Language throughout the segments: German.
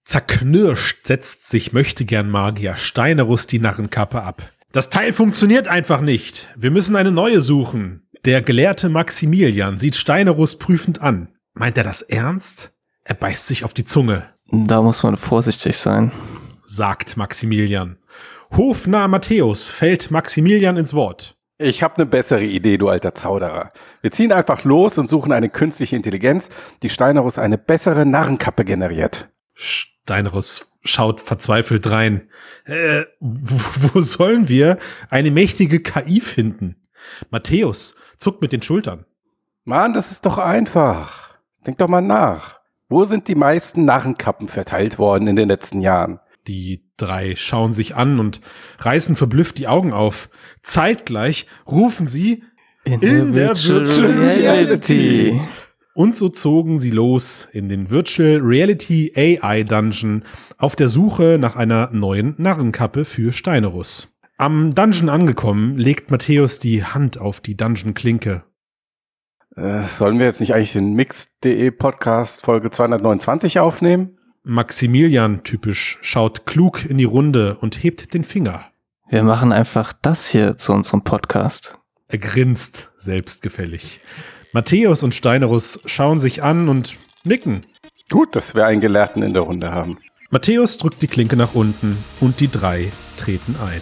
Zerknirscht setzt sich Möchtegern-Magier Steinerus die Narrenkappe ab. Das Teil funktioniert einfach nicht. Wir müssen eine neue suchen. Der gelehrte Maximilian sieht Steinerus prüfend an. Meint er das ernst? Er beißt sich auf die Zunge. Da muss man vorsichtig sein, sagt Maximilian. Hofnarr Matthäus fällt Maximilian ins Wort. Ich habe eine bessere Idee, du alter Zauderer. Wir ziehen einfach los und suchen eine künstliche Intelligenz, die Steinerus eine bessere Narrenkappe generiert. Steinerus schaut verzweifelt rein. Wo sollen wir eine mächtige KI finden? Matthäus zuckt mit den Schultern. Mann, das ist doch einfach. Denk doch mal nach. Wo sind die meisten Narrenkappen verteilt worden in den letzten Jahren? Die drei schauen sich an und reißen verblüfft die Augen auf. Zeitgleich rufen sie in der Virtual Reality. Und so zogen sie los in den Virtual Reality AI Dungeon auf der Suche nach einer neuen Narrenkappe für Steinerus. Am Dungeon angekommen, legt Matthäus die Hand auf die Dungeon-Klinke. Sollen wir jetzt nicht eigentlich den Mix.de Podcast Folge 229 aufnehmen? Maximilian, typisch, schaut klug in die Runde und hebt den Finger. Wir machen einfach das hier zu unserem Podcast. Er grinst selbstgefällig. Matthäus und Steinerus schauen sich an und nicken. Gut, dass wir einen Gelehrten in der Runde haben. Matthäus drückt die Klinke nach unten und die drei treten ein.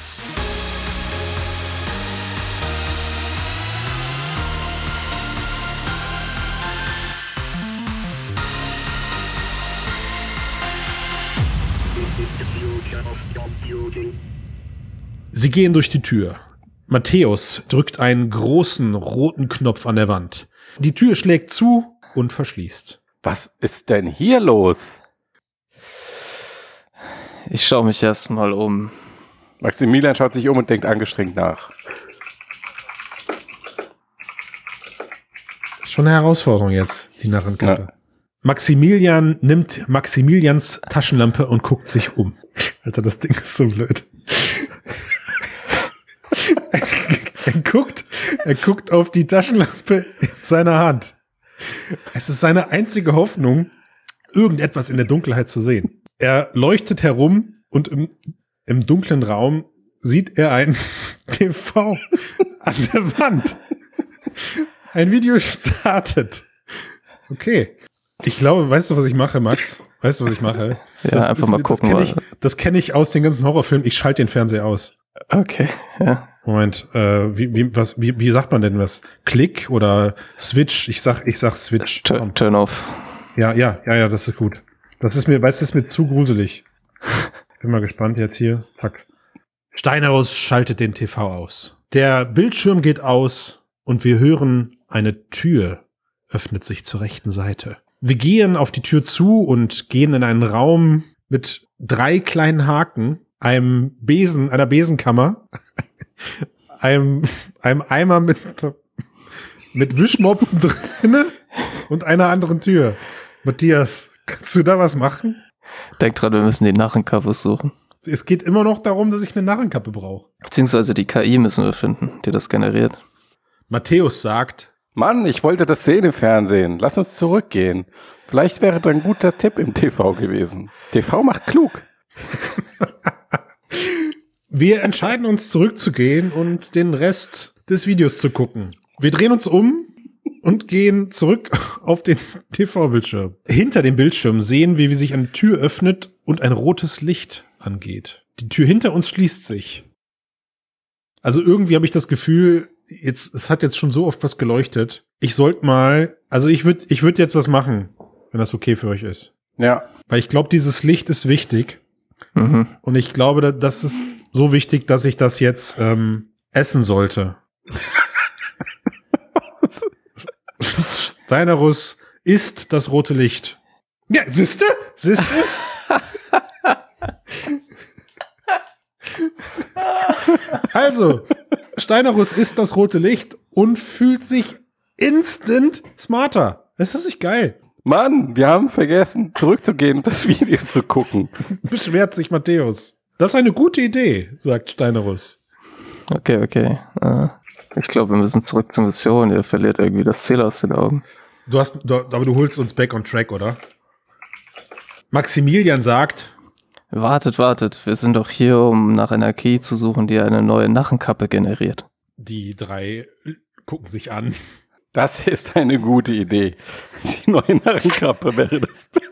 Sie gehen durch die Tür. Matthäus drückt einen großen roten Knopf an der Wand. Die Tür schlägt zu und verschließt. Was ist denn hier los? Ich schaue mich erstmal um. Maximilian schaut sich um und denkt angestrengt nach. Ist schon eine Herausforderung jetzt, die Narrenkappe. Ja. Maximilian nimmt Maximilians Taschenlampe und guckt sich um. Alter, das Ding ist so blöd. Er guckt auf die Taschenlampe in seiner Hand. Es ist seine einzige Hoffnung, irgendetwas in der Dunkelheit zu sehen. Er leuchtet herum und im dunklen Raum sieht er ein TV an der Wand. Ein Video startet. Okay. Ich glaube, weißt du, was ich mache, Max? Weißt du, was ich mache? Ja, einfach mal gucken. Das kenne ich aus den ganzen Horrorfilmen. Ich schalte den Fernseher aus. Okay, ja. Moment, wie sagt man denn was? Klick oder Switch? Ich sag Switch. Turn off. Ja, das ist gut. Das ist mir zu gruselig. Ich bin mal gespannt jetzt hier. Zack. Steinerus schaltet den TV aus. Der Bildschirm geht aus und wir hören, eine Tür öffnet sich zur rechten Seite. Wir gehen auf die Tür zu und gehen in einen Raum mit 3 kleinen Haken, einer Besenkammer, einem Eimer mit Wischmoppen drinne und einer anderen Tür. Matthias, kannst du da was machen? Denk dran, wir müssen die Narrenkappe suchen. Es geht immer noch darum, dass ich eine Narrenkappe brauche. Beziehungsweise die KI müssen wir finden, die das generiert. Matthäus sagt: Mann, ich wollte das sehen im Fernsehen. Lass uns zurückgehen. Vielleicht wäre das ein guter Tipp im TV gewesen. TV macht klug. Wir entscheiden uns zurückzugehen und den Rest des Videos zu gucken. Wir drehen uns um und gehen zurück auf den TV-Bildschirm. Hinter dem Bildschirm sehen wir, wie sich eine Tür öffnet und ein rotes Licht angeht. Die Tür hinter uns schließt sich. Also irgendwie habe ich das Gefühl, es hat jetzt schon so oft was geleuchtet. Ich sollte mal, also ich würde jetzt was machen, wenn das okay für euch ist. Ja. Weil ich glaube, dieses Licht ist wichtig. Mhm. Und ich glaube, das ist so wichtig, dass ich das jetzt essen sollte. Steinerus isst das rote Licht. Ja, siehste? Also, Steinerus isst das rote Licht und fühlt sich instant smarter. Ist das nicht geil? Mann, wir haben vergessen, zurückzugehen und das Video zu gucken. Beschwert sich Matthäus. Das ist eine gute Idee, sagt Steinerus. Okay. Ich glaube, wir müssen zurück zur Mission. Ihr verliert irgendwie das Ziel aus den Augen. Aber du holst uns back on track, oder? Maximilian sagt, Wartet, wir sind doch hier, um nach einer Key zu suchen, die eine neue Narrenkappe generiert. die 3 gucken sich an. Das ist eine gute Idee. Die neue Narrenkappe wäre das Beste.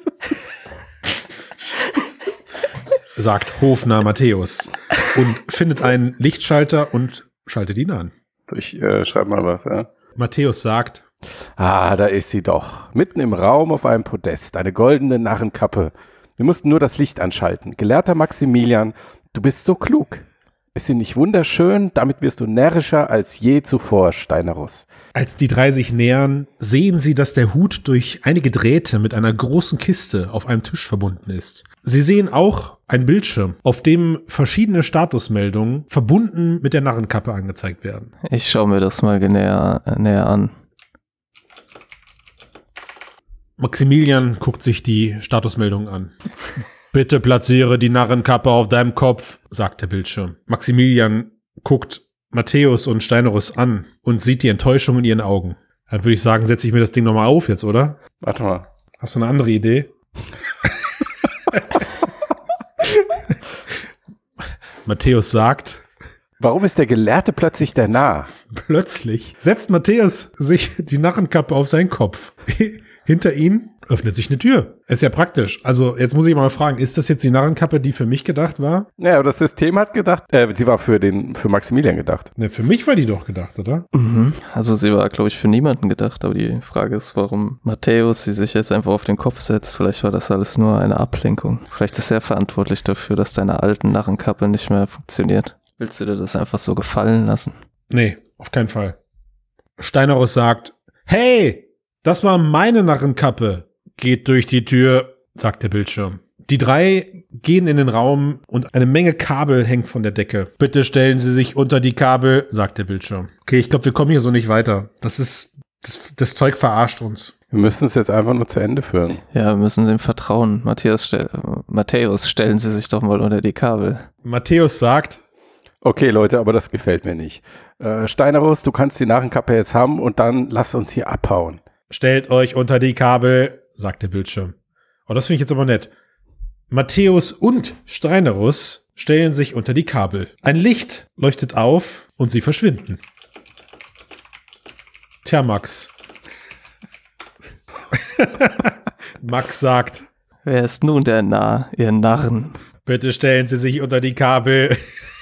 Sagt Hofner Matthäus und findet einen Lichtschalter und schaltet ihn an. Ich schreibe mal was, ja. Matthäus sagt, Ah, da ist sie doch. Mitten im Raum auf einem Podest, eine goldene Narrenkappe. Wir mussten nur das Licht anschalten. Gelehrter Maximilian, du bist so klug. Ist sie nicht wunderschön? Damit wirst du närrischer als je zuvor, Steinerus. als die 3 sich nähern, sehen sie, dass der Hut durch einige Drähte mit einer großen Kiste auf einem Tisch verbunden ist. Sie sehen auch einen Bildschirm, auf dem verschiedene Statusmeldungen verbunden mit der Narrenkappe angezeigt werden. Ich schaue mir das mal näher an. Maximilian guckt sich die Statusmeldungen an. Bitte platziere die Narrenkappe auf deinem Kopf, sagt der Bildschirm. Maximilian guckt Matthäus und Steinerus an und sieht die Enttäuschung in ihren Augen. Dann würde ich sagen, setze ich mir das Ding nochmal auf jetzt, oder? Warte mal. Hast du eine andere Idee? Matthäus sagt, Warum ist der Gelehrte plötzlich der Narr? plötzlich setzt Matthäus sich die Narrenkappe auf seinen Kopf. Hinter ihm öffnet sich eine Tür. Ist ja praktisch. Also jetzt muss ich mal fragen, ist das jetzt die Narrenkappe, die für mich gedacht war? Ja, aber das System hat gedacht, sie war für Maximilian gedacht. Ne, für mich war die doch gedacht, oder? Also sie war, glaube ich, für niemanden gedacht, aber die Frage ist, warum Matthäus sie sich jetzt einfach auf den Kopf setzt. Vielleicht war das alles nur eine Ablenkung. Vielleicht ist er verantwortlich dafür, dass deine alten Narrenkappe nicht mehr funktioniert. Willst du dir das einfach so gefallen lassen? Nee, auf keinen Fall. Steinerus sagt, hey, das war meine Narrenkappe. Geht durch die Tür, sagt der Bildschirm. Die 3 gehen in den Raum und eine Menge Kabel hängt von der Decke. Bitte stellen Sie sich unter die Kabel, sagt der Bildschirm. Okay, ich glaube, wir kommen hier so nicht weiter. Das Zeug verarscht uns. Wir müssen es jetzt einfach nur zu Ende führen. Ja, wir müssen ihm vertrauen. Matthäus, stellen Sie sich doch mal unter die Kabel. Matthäus sagt, Okay, Leute, aber das gefällt mir nicht. Steinerus, du kannst die Narrenkappe jetzt haben und dann lass uns hier abhauen. stellt euch unter die Kabel, sagt der Bildschirm. Oh, das finde ich jetzt aber nett. Matthäus und Steinerus stellen sich unter die Kabel. Ein Licht leuchtet auf und sie verschwinden. Tja, Max. Max sagt, Wer ist nun der Narr, ihr Narren? bitte stellen Sie sich unter die Kabel.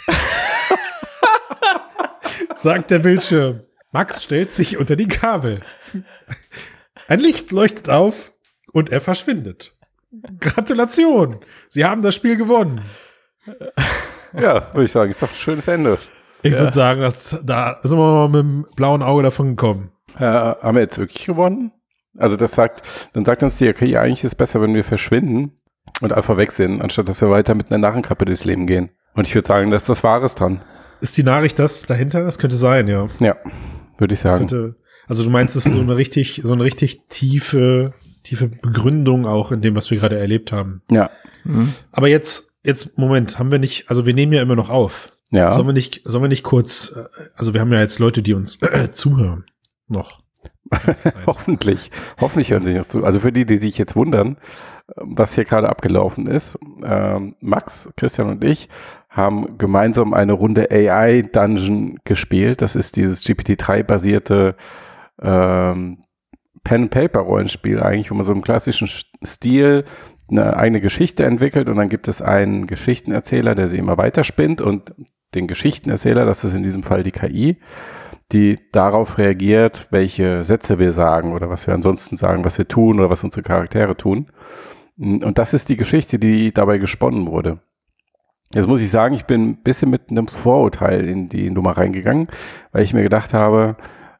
Sagt der Bildschirm. Max stellt sich unter die Kabel. Ein Licht leuchtet auf und er verschwindet. Gratulation! Sie haben das Spiel gewonnen. Ja, würde ich sagen, ist doch ein schönes Ende. Ich würde sagen, da sind wir mal mit dem blauen Auge davon gekommen. Haben wir jetzt wirklich gewonnen? Also dann sagt uns die KI, eigentlich ist es besser, wenn wir verschwinden und einfach weg sind, anstatt dass wir weiter mit einer Narrenkappe durchs Leben gehen. Und ich würde sagen, da ist was Wahres dran. Ist die Nachricht das dahinter? Das könnte sein, ja. Ja, würde ich sagen. Also du meinst, es ist so eine richtig tiefe Begründung auch in dem, was wir gerade erlebt haben. Ja. Aber jetzt, Moment, haben wir nicht, also wir nehmen ja immer noch auf. Ja. Sollen wir nicht kurz, also wir haben ja jetzt Leute, die uns zuhören. Noch. Hoffentlich hören sie noch zu. Also für die sich jetzt wundern, was hier gerade abgelaufen ist, Max, Christian und ich haben gemeinsam eine Runde AI-Dungeon gespielt. Das ist dieses GPT-3-basierte Pen-and-Paper-Rollenspiel eigentlich, wo man so im klassischen Stil eine eigene Geschichte entwickelt und dann gibt es einen Geschichtenerzähler, der sie immer weiterspinnt und den Geschichtenerzähler, das ist in diesem Fall die KI, die darauf reagiert, welche Sätze wir sagen oder was wir ansonsten sagen, was wir tun oder was unsere Charaktere tun. Und das ist die Geschichte, die dabei gesponnen wurde. Jetzt muss ich sagen, ich bin ein bisschen mit einem Vorurteil in die Nummer reingegangen, weil ich mir gedacht habe,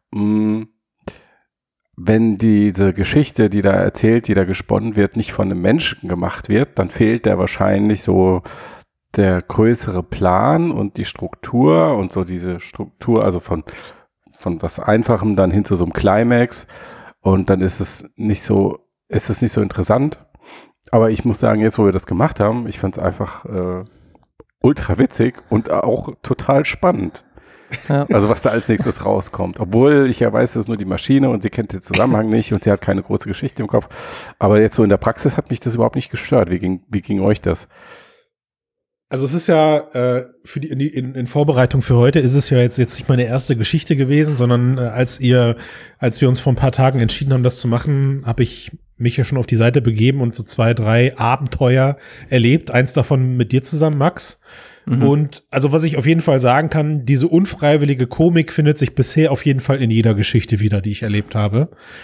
wenn diese Geschichte, die da erzählt, die da gesponnen wird, nicht von einem Menschen gemacht wird, dann fehlt der wahrscheinlich so der größere Plan und die Struktur und so diese Struktur, also von was Einfachem dann hin zu so einem Climax und dann ist es nicht so interessant. Aber ich muss sagen, jetzt wo wir das gemacht haben, ich fand es einfach ultra witzig und auch total spannend. Ja. Also was da als nächstes rauskommt. Obwohl ich ja weiß, das ist nur die Maschine und sie kennt den Zusammenhang nicht und sie hat keine große Geschichte im Kopf. Aber jetzt so in der Praxis hat mich das überhaupt nicht gestört. Wie ging euch das? Also es ist ja für in Vorbereitung für heute ist es ja jetzt nicht meine erste Geschichte gewesen, sondern als wir uns vor ein paar Tagen entschieden haben, das zu machen, habe ich mich ja schon auf die Seite begeben und so 2, 3 Abenteuer erlebt. Eins davon mit dir zusammen, Max. Und also was ich auf jeden Fall sagen kann, diese unfreiwillige Komik findet sich bisher auf jeden Fall in jeder Geschichte wieder, die ich erlebt habe.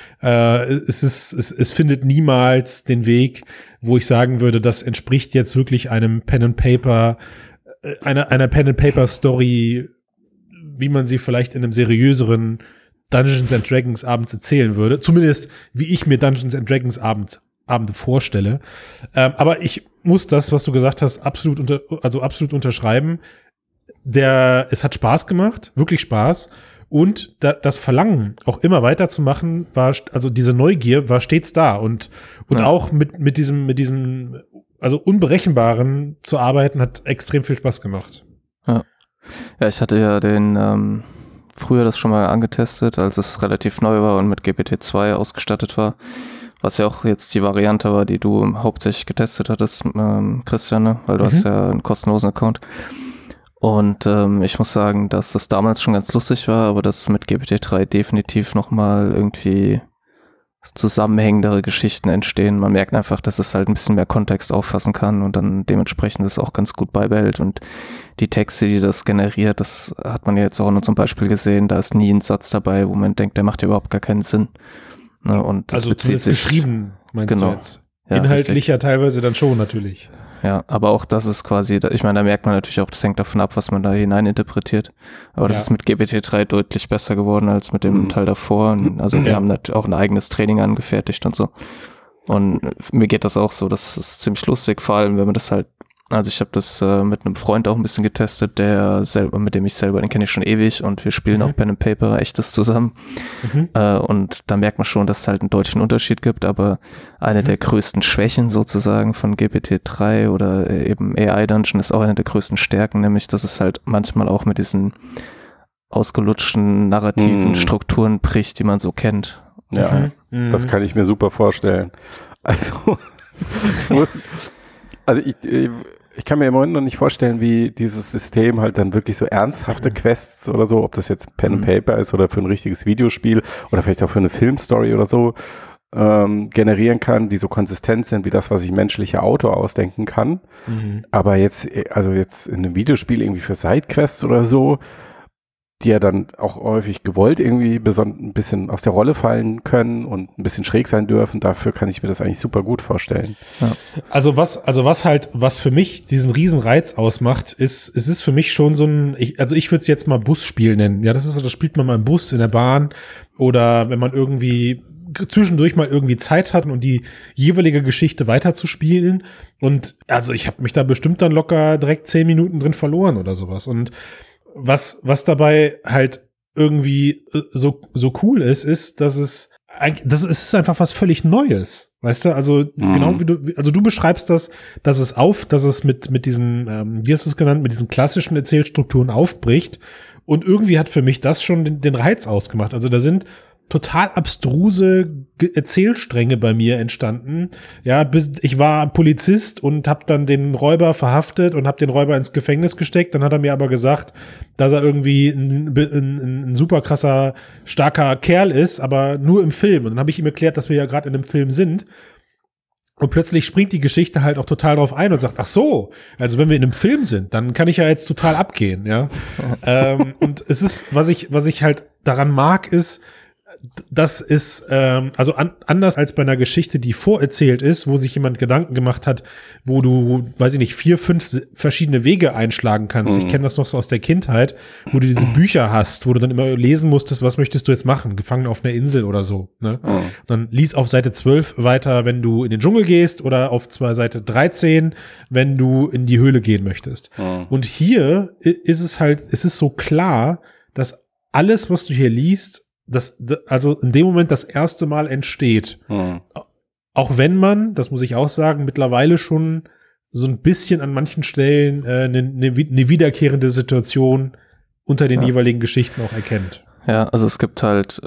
Es findet niemals den Weg, wo ich sagen würde, das entspricht jetzt wirklich einem Pen and Paper, einer Pen and Paper Story, wie man sie vielleicht in einem seriöseren Dungeons and Dragons Abend erzählen würde. Zumindest wie ich mir Dungeons and Dragons Abende vorstelle. Aber ich muss das, was du gesagt hast, absolut unterschreiben. Es hat Spaß gemacht, wirklich Spaß. Und das Verlangen, auch immer weiterzumachen, also diese Neugier war stets da. Und auch mit diesem, also Unberechenbaren zu arbeiten, hat extrem viel Spaß gemacht. Ja, ich hatte ja früher das schon mal angetestet, als es relativ neu war und mit GPT-2 ausgestattet war. Was ja auch jetzt die Variante war, die du hauptsächlich getestet hattest, Christian, ne? Weil du hast ja einen kostenlosen Account. Und ich muss sagen, dass das damals schon ganz lustig war, aber dass mit GPT-3 definitiv nochmal irgendwie zusammenhängendere Geschichten entstehen. Man merkt einfach, dass es halt ein bisschen mehr Kontext auffassen kann und dann dementsprechend das auch ganz gut beibehält. Und die Texte, die das generiert, das hat man ja jetzt auch in unserem Beispiel gesehen, da ist nie ein Satz dabei, wo man denkt, der macht ja überhaupt gar keinen Sinn. Ne, und das also bezieht sich geschrieben, meinst du jetzt? Ja, inhaltlich ja teilweise dann schon natürlich. Ja, aber auch das ist quasi, ich meine, da merkt man natürlich auch, das hängt davon ab, was man da hineininterpretiert. Aber das ist mit GPT-3 deutlich besser geworden als mit dem Teil davor. Also wir haben auch ein eigenes Training angefertigt und so. Und mir geht das auch so, das ist ziemlich lustig, vor allem wenn man das halt, also ich habe das mit einem Freund auch ein bisschen getestet, mit dem ich selber, den kenne ich schon ewig und wir spielen auch Pen and Paper echtes zusammen. Und da merkt man schon, dass es halt einen deutlichen Unterschied gibt, aber eine der größten Schwächen sozusagen von GPT-3 oder eben AI Dungeon ist auch eine der größten Stärken, nämlich dass es halt manchmal auch mit diesen ausgelutschten narrativen Strukturen bricht, die man so kennt. Ja, das kann ich mir super vorstellen. Also ich kann mir im Moment noch nicht vorstellen, wie dieses System halt dann wirklich so ernsthafte Quests oder so, ob das jetzt Pen and Paper ist oder für ein richtiges Videospiel oder vielleicht auch für eine Filmstory oder so, generieren kann, die so konsistent sind wie das, was sich menschlicher Autor ausdenken kann. Aber jetzt in einem Videospiel irgendwie für Sidequests oder so, die ja dann auch häufig gewollt irgendwie ein bisschen aus der Rolle fallen können und ein bisschen schräg sein dürfen. Dafür kann ich mir das eigentlich super gut vorstellen. Ja. Also was für mich diesen Riesenreiz ausmacht, es ist für mich schon so ich würde es jetzt mal Busspiel nennen. Ja, das spielt man mal im Bus, in der Bahn oder wenn man irgendwie zwischendurch mal irgendwie Zeit hat und die jeweilige Geschichte weiterzuspielen. Und also ich habe mich da bestimmt dann locker direkt 10 Minuten drin verloren oder sowas. Und was dabei halt irgendwie so cool ist, dass es einfach was völlig Neues, weißt du? Also genau wie du beschreibst dass es mit diesen, wie hast du es genannt, mit diesen klassischen Erzählstrukturen aufbricht. Und irgendwie hat für mich das schon den Reiz ausgemacht. Also da sind total abstruse Erzählstränge bei mir entstanden. Ja, ich war Polizist und habe dann den Räuber verhaftet und habe den Räuber ins Gefängnis gesteckt. Dann hat er mir aber gesagt, dass er irgendwie ein super krasser, starker Kerl ist, aber nur im Film. Und dann habe ich ihm erklärt, dass wir ja gerade in einem Film sind. Und plötzlich springt die Geschichte halt auch total drauf ein und sagt, ach so, also wenn wir in einem Film sind, dann kann ich ja jetzt total abgehen, ja. Und es ist, was ich halt daran mag, ist, das ist anders als bei einer Geschichte, die vorerzählt ist, wo sich jemand Gedanken gemacht hat, wo du, weiß ich nicht, 4, 5 verschiedene Wege einschlagen kannst. Ich kenne das noch so aus der Kindheit, wo du diese Bücher hast, wo du dann immer lesen musstest, was möchtest du jetzt machen? Gefangen auf einer Insel oder so. Ne? Dann lies auf Seite 12 weiter, wenn du in den Dschungel gehst oder auf Seite 13, wenn du in die Höhle gehen möchtest. Und hier ist es ist so klar, dass alles, was du hier liest, also in dem Moment das erste Mal entsteht. Auch wenn man, das muss ich auch sagen, mittlerweile schon so ein bisschen an manchen Stellen eine wiederkehrende Situation unter den jeweiligen Geschichten auch erkennt. Ja, also es gibt halt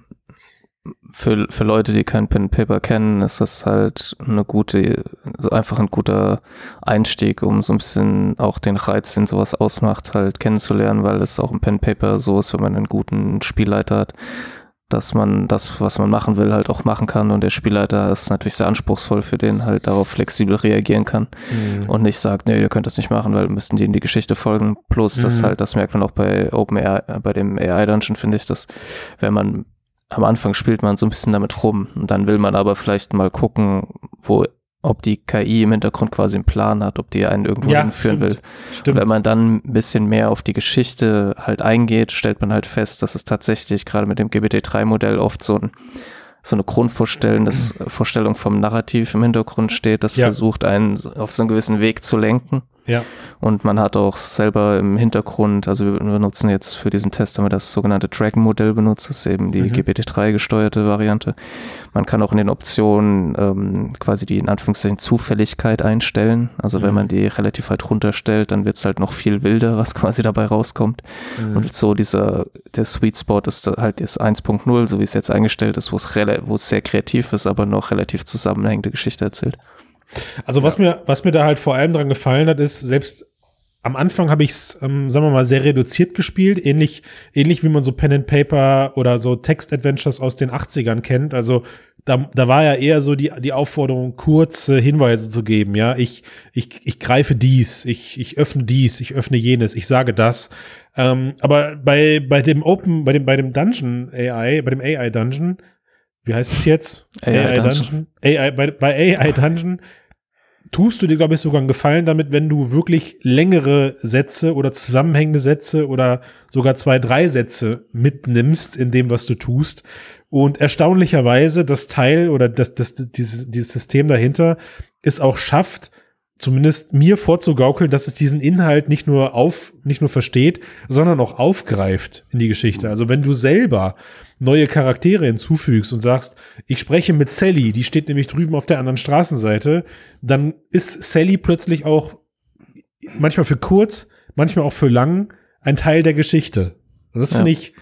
für Leute, die kein Pen and Paper kennen, ist das halt einfach ein guter Einstieg, um so ein bisschen auch den Reiz, den sowas ausmacht, halt kennenzulernen, weil es auch im Pen and Paper so ist, wenn man einen guten Spielleiter hat, dass man das, was man machen will, halt auch machen kann, und der Spielleiter ist natürlich sehr anspruchsvoll für den, halt darauf flexibel reagieren kann und nicht sagt, nee, ihr könnt das nicht machen, weil wir müssen die in die Geschichte folgen. Plus, das merkt man auch bei OpenAI, bei dem AI Dungeon, finde ich, dass wenn man am Anfang spielt man so ein bisschen damit rum und dann will man aber vielleicht mal gucken, ob die KI im Hintergrund quasi einen Plan hat, ob die einen irgendwo hinführen will. Stimmt. Wenn man dann ein bisschen mehr auf die Geschichte halt eingeht, stellt man halt fest, dass es tatsächlich gerade mit dem GPT-3-Modell oft so eine Grundvorstellung vom Narrativ im Hintergrund steht, das versucht, einen auf so einen gewissen Weg zu lenken. Ja. Und man hat auch selber im Hintergrund, also wir benutzen jetzt für diesen Test, haben wir das sogenannte Dragon-Modell benutzt, das ist eben die GPT-3 gesteuerte Variante. Man kann auch in den Optionen quasi die in Anführungszeichen Zufälligkeit einstellen. Also wenn man die relativ weit runterstellt, dann wird es halt noch viel wilder, was quasi dabei rauskommt. Und so der Sweet Spot ist halt das 1.0, so wie es jetzt eingestellt ist, wo es sehr kreativ ist, aber noch relativ zusammenhängende Geschichte erzählt. Also was mir da halt vor allem dran gefallen hat, ist, selbst am Anfang habe ich es, sagen wir mal, sehr reduziert gespielt, ähnlich wie man so Pen and Paper oder so Text-Adventures aus den 80ern kennt. Also da war ja eher so die Aufforderung, kurze Hinweise zu geben. Ja, ich greife dies, ich öffne dies, ich öffne jenes, ich sage das. Aber bei dem Dungeon AI, bei dem AI Dungeon, wie heißt es jetzt? AI Dungeon. Bei AI Dungeon tust du dir, glaube ich, sogar einen Gefallen damit, wenn du wirklich längere Sätze oder zusammenhängende Sätze oder sogar 2, 3 Sätze mitnimmst in dem, was du tust. Und erstaunlicherweise das Teil oder dieses System dahinter es auch schafft, zumindest mir vorzugaukeln, dass es diesen Inhalt nicht nur versteht, sondern auch aufgreift in die Geschichte. Also wenn du selber neue Charaktere hinzufügst und sagst, ich spreche mit Sally, die steht nämlich drüben auf der anderen Straßenseite, dann ist Sally plötzlich auch manchmal für kurz, manchmal auch für lang ein Teil der Geschichte. Und das finde ich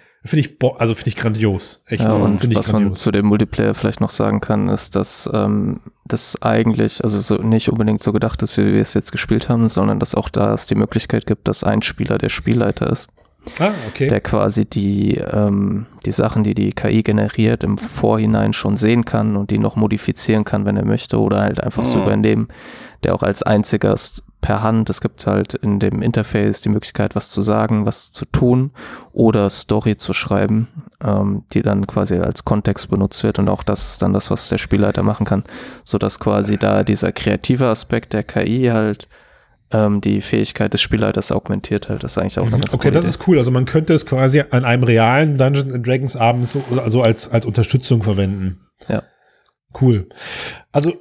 grandios. Echt. Ja, und was man zu dem Multiplayer vielleicht noch sagen kann, ist, dass das eigentlich, also so nicht unbedingt so gedacht ist, wie wir es jetzt gespielt haben, sondern dass auch da es die Möglichkeit gibt, dass ein Spieler der Spielleiter ist. Ah, okay. Der quasi die Sachen, die KI generiert, im Vorhinein schon sehen kann und die noch modifizieren kann, wenn er möchte, oder halt einfach so übernehmen, der auch als einziger per Hand, es gibt halt in dem Interface die Möglichkeit, was zu sagen, was zu tun oder Story zu schreiben, die dann quasi als Kontext benutzt wird, und auch das ist dann das, was der Spielleiter machen kann, sodass quasi da dieser kreative Aspekt der KI halt die Fähigkeit des Spielleiters augmentiert halt. Das ist eigentlich auch eine ganz Okay, das ist cool. Also man könnte es quasi an einem realen Dungeons & Dragons Abend so als Unterstützung verwenden. Ja. Cool. Also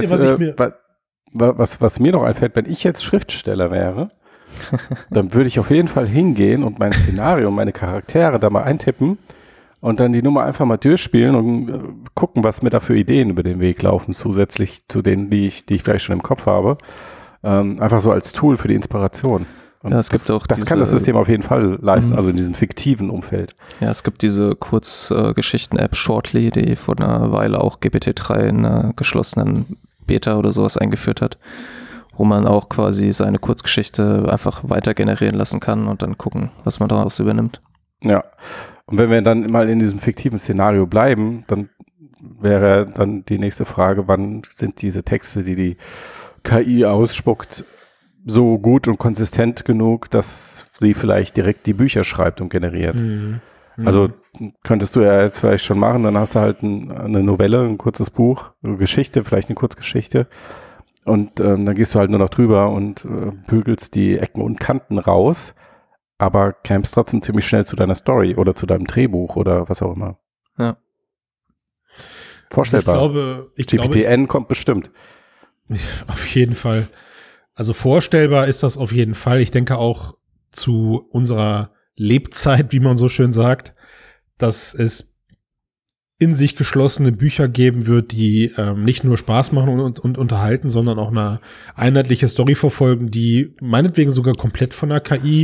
was mir noch einfällt, wenn ich jetzt Schriftsteller wäre, dann würde ich auf jeden Fall hingehen und mein Szenario, meine Charaktere da mal eintippen und dann die Nummer einfach mal durchspielen und gucken, was mir da für Ideen über den Weg laufen, zusätzlich zu denen, die ich vielleicht schon im Kopf habe. Einfach so als Tool für die Inspiration. Und ja, es gibt auch das kann das System auf jeden Fall leisten, also in diesem fiktiven Umfeld. Ja, es gibt diese Kurzgeschichten-App Shortly, die vor einer Weile auch GPT-3 in einer geschlossenen Beta oder sowas eingeführt hat, wo man auch quasi seine Kurzgeschichte einfach weiter generieren lassen kann und dann gucken, was man daraus übernimmt. Ja, und wenn wir dann mal in diesem fiktiven Szenario bleiben, dann wäre dann die nächste Frage, wann sind diese Texte, die KI ausspuckt, so gut und konsistent genug, dass sie vielleicht direkt die Bücher schreibt und generiert. Also könntest du ja jetzt vielleicht schon machen, dann hast du halt eine Novelle, ein kurzes Buch, eine Geschichte, vielleicht eine Kurzgeschichte, und dann gehst du halt nur noch drüber und bügelst die Ecken und Kanten raus, aber kämst trotzdem ziemlich schnell zu deiner Story oder zu deinem Drehbuch oder was auch immer. Ja. Vorstellbar. Also GPT-N kommt bestimmt. Auf jeden Fall. Also vorstellbar ist das auf jeden Fall. Ich denke auch zu unserer Lebzeit, wie man so schön sagt, dass es in sich geschlossene Bücher geben wird, die nicht nur Spaß machen und unterhalten, sondern auch eine einheitliche Story verfolgen, die meinetwegen sogar komplett von der KI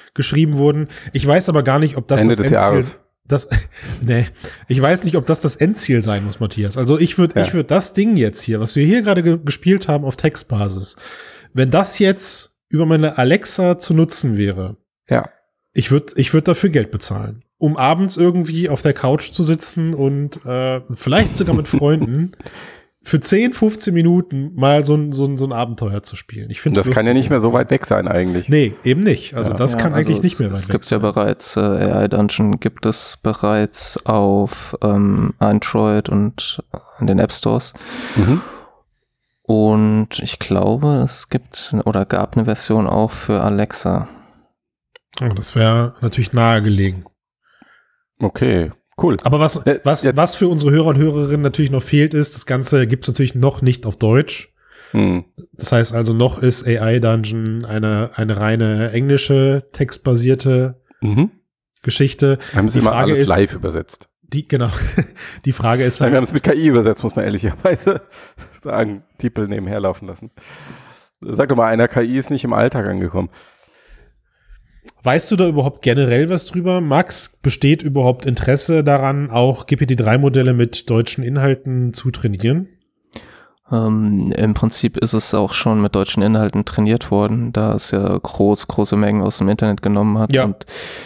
geschrieben wurden. Ich weiß aber gar nicht, ob das Ende das des Endziel Jahres. Ich weiß nicht, ob das Endziel sein muss, Matthias. Also ich würde das Ding jetzt hier, was wir hier gerade gespielt haben auf Textbasis, wenn das jetzt über meine Alexa zu nutzen wäre, ich würde dafür Geld bezahlen, um abends irgendwie auf der Couch zu sitzen und vielleicht sogar mit Freunden für 10, 15 Minuten mal so ein Abenteuer zu spielen. Ich finde das kann ja nicht mehr so weit weg sein eigentlich. Nee, eben nicht. Also das kann eigentlich nicht mehr weit weg sein. Es gibt ja bereits, AI Dungeon gibt es bereits auf Android und in den App Stores. Mhm. Und ich glaube, es gibt oder gab eine Version auch für Alexa. Oh, das wäre natürlich nahegelegen. Okay. Cool. Aber was für unsere Hörer und Hörerinnen natürlich noch fehlt, ist, das Ganze gibt es natürlich noch nicht auf Deutsch. Das heißt also, noch ist AI Dungeon eine reine englische, textbasierte Geschichte. Haben sie immer alles live übersetzt. Genau. Die Frage ist halt. Wir haben es mit KI übersetzt, muss man ehrlicherweise sagen. Titel nebenher laufen lassen. Sag doch mal einer, KI ist nicht im Alltag angekommen. Weißt du da überhaupt generell was drüber? Max, besteht überhaupt Interesse daran, auch GPT-3-Modelle mit deutschen Inhalten zu trainieren? Im Prinzip ist es auch schon mit deutschen Inhalten trainiert worden, da es ja große Mengen aus dem Internet genommen hat. Ja. Und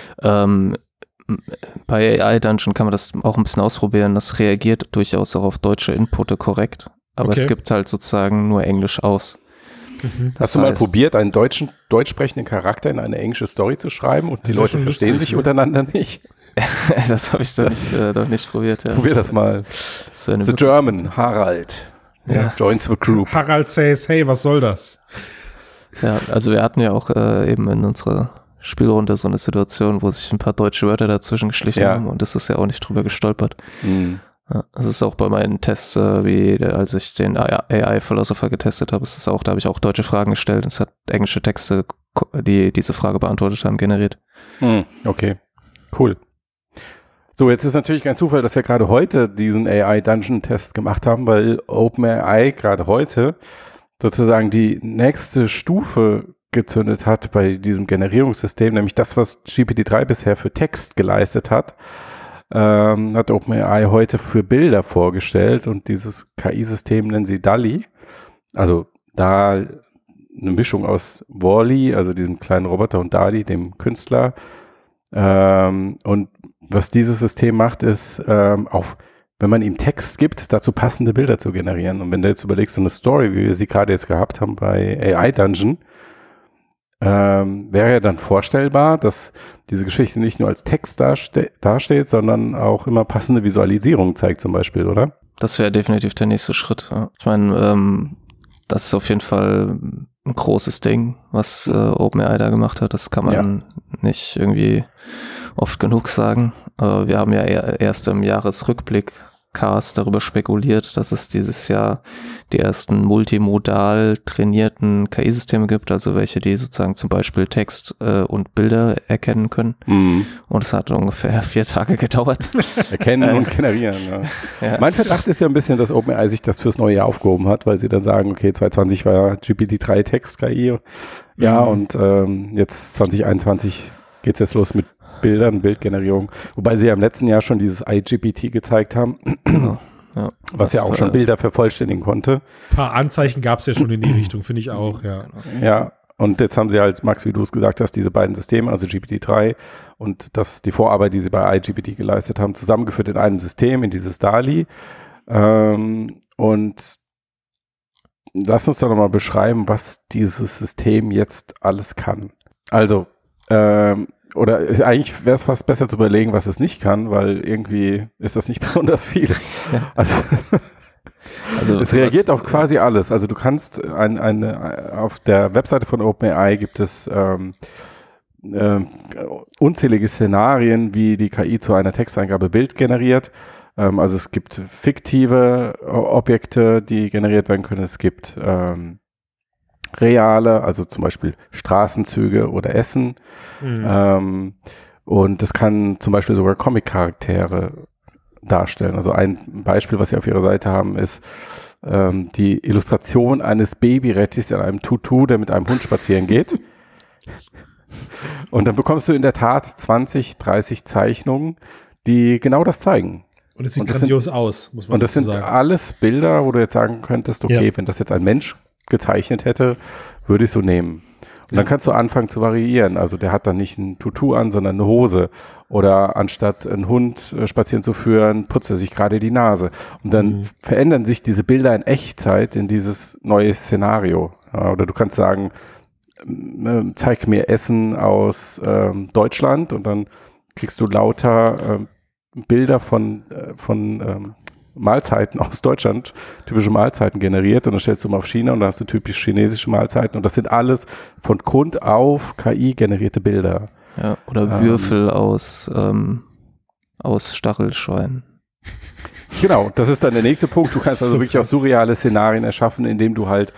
bei AI Dungeon kann man das auch ein bisschen ausprobieren. Das reagiert durchaus auch auf deutsche Inputte korrekt. Aber es gibt halt sozusagen nur Englisch aus. Hast du mal probiert, einen deutsch sprechenden Charakter in eine englische Story zu schreiben und die Leute verstehen sich untereinander nicht? Das habe ich doch nicht probiert. Ja. Probier das mal. The German, Harald. Ja. Joins the group. Harald says, hey, was soll das? Ja, also wir hatten ja auch eben in unserer Spielrunde so eine Situation, wo sich ein paar deutsche Wörter dazwischen geschlichen haben und das ist ja auch nicht drüber gestolpert. Ja, das ist auch bei meinen Tests, als ich den AI-Philosopher getestet habe, da habe ich auch deutsche Fragen gestellt und es hat englische Texte, die diese Frage beantwortet haben, generiert. Okay, cool. So, jetzt ist natürlich kein Zufall, dass wir gerade heute diesen AI-Dungeon-Test gemacht haben, weil OpenAI gerade heute sozusagen die nächste Stufe gezündet hat bei diesem Generierungssystem, nämlich das, was GPT-3 bisher für Text geleistet hat, hat OpenAI heute für Bilder vorgestellt und dieses KI-System nennen sie DALL-E, also da eine Mischung aus Wall-E, also diesem kleinen Roboter, und DALL-E, dem Künstler. Und was dieses System macht, ist auch, wenn man ihm Text gibt, dazu passende Bilder zu generieren. Und wenn du jetzt überlegst, so eine Story, wie wir sie gerade jetzt gehabt haben bei AI Dungeon, wäre ja dann vorstellbar, dass diese Geschichte nicht nur als Text dasteht, sondern auch immer passende Visualisierung zeigt zum Beispiel, oder? Das wäre definitiv der nächste Schritt. Ja. Ich meine, das ist auf jeden Fall ein großes Ding, was OpenAI da gemacht hat. Das kann man nicht irgendwie oft genug sagen. Wir haben ja erst im Jahresrückblick-Cast darüber spekuliert, dass es dieses Jahr die ersten multimodal trainierten KI-Systeme gibt, also welche, die sozusagen zum Beispiel Text und Bilder erkennen können. Und es hat ungefähr 4 Tage gedauert. Erkennen und generieren, ja. Mein Verdacht ist ja ein bisschen, dass OpenAI sich das fürs neue Jahr aufgehoben hat, weil sie dann sagen, okay, 2020 war GPT-3 Text-KI, und jetzt 2021 geht's jetzt los mit Bildern, Bildgenerierung, wobei sie ja im letzten Jahr schon dieses iGPT gezeigt haben, was ja auch schon Bilder vervollständigen konnte. Ein paar Anzeichen gab es ja schon in die Richtung, finde ich auch, ja. Ja, und jetzt haben sie halt, Max, wie du es gesagt hast, diese beiden Systeme, also GPT-3 und die Vorarbeit, die sie bei iGPT geleistet haben, zusammengeführt in einem System, in dieses DALL-E. Und lass uns doch nochmal beschreiben, was dieses System jetzt alles kann. Also, oder eigentlich wäre es fast besser zu überlegen, was es nicht kann, weil irgendwie ist das nicht besonders viel. Also es reagiert auf quasi alles. Also du kannst auf der Webseite von OpenAI gibt es unzählige Szenarien, wie die KI zu einer Texteingabe Bild generiert. Also es gibt fiktive Objekte, die generiert werden können. Es gibt reale, also zum Beispiel Straßenzüge oder Essen. Und es kann zum Beispiel sogar Comic-Charaktere darstellen. Also ein Beispiel, was Sie auf Ihrer Seite haben, ist die Illustration eines Babyrettis in einem Tutu, der mit einem Hund spazieren geht. Und dann bekommst du in der Tat 20, 30 Zeichnungen, die genau das zeigen. Und es sieht grandios aus, muss man dazu sagen. Und das sind alles Bilder, wo du jetzt sagen könntest, okay, wenn das jetzt ein Mensch gezeichnet hätte, würde ich so nehmen. Und dann kannst du anfangen zu variieren. Also der hat dann nicht ein Tutu an, sondern eine Hose. Oder anstatt einen Hund spazieren zu führen, putzt er sich gerade die Nase. Und dann verändern sich diese Bilder in Echtzeit in dieses neue Szenario. Ja, oder du kannst sagen, zeig mir Essen aus Deutschland und dann kriegst du lauter Bilder von Mahlzeiten aus Deutschland, typische Mahlzeiten generiert und dann stellst du mal auf China und dann hast du typisch chinesische Mahlzeiten und das sind alles von Grund auf KI generierte Bilder. Ja, oder Würfel aus Stachelschweinen. Genau, das ist dann der nächste Punkt. Du kannst also wirklich auch surreale Szenarien erschaffen, indem du halt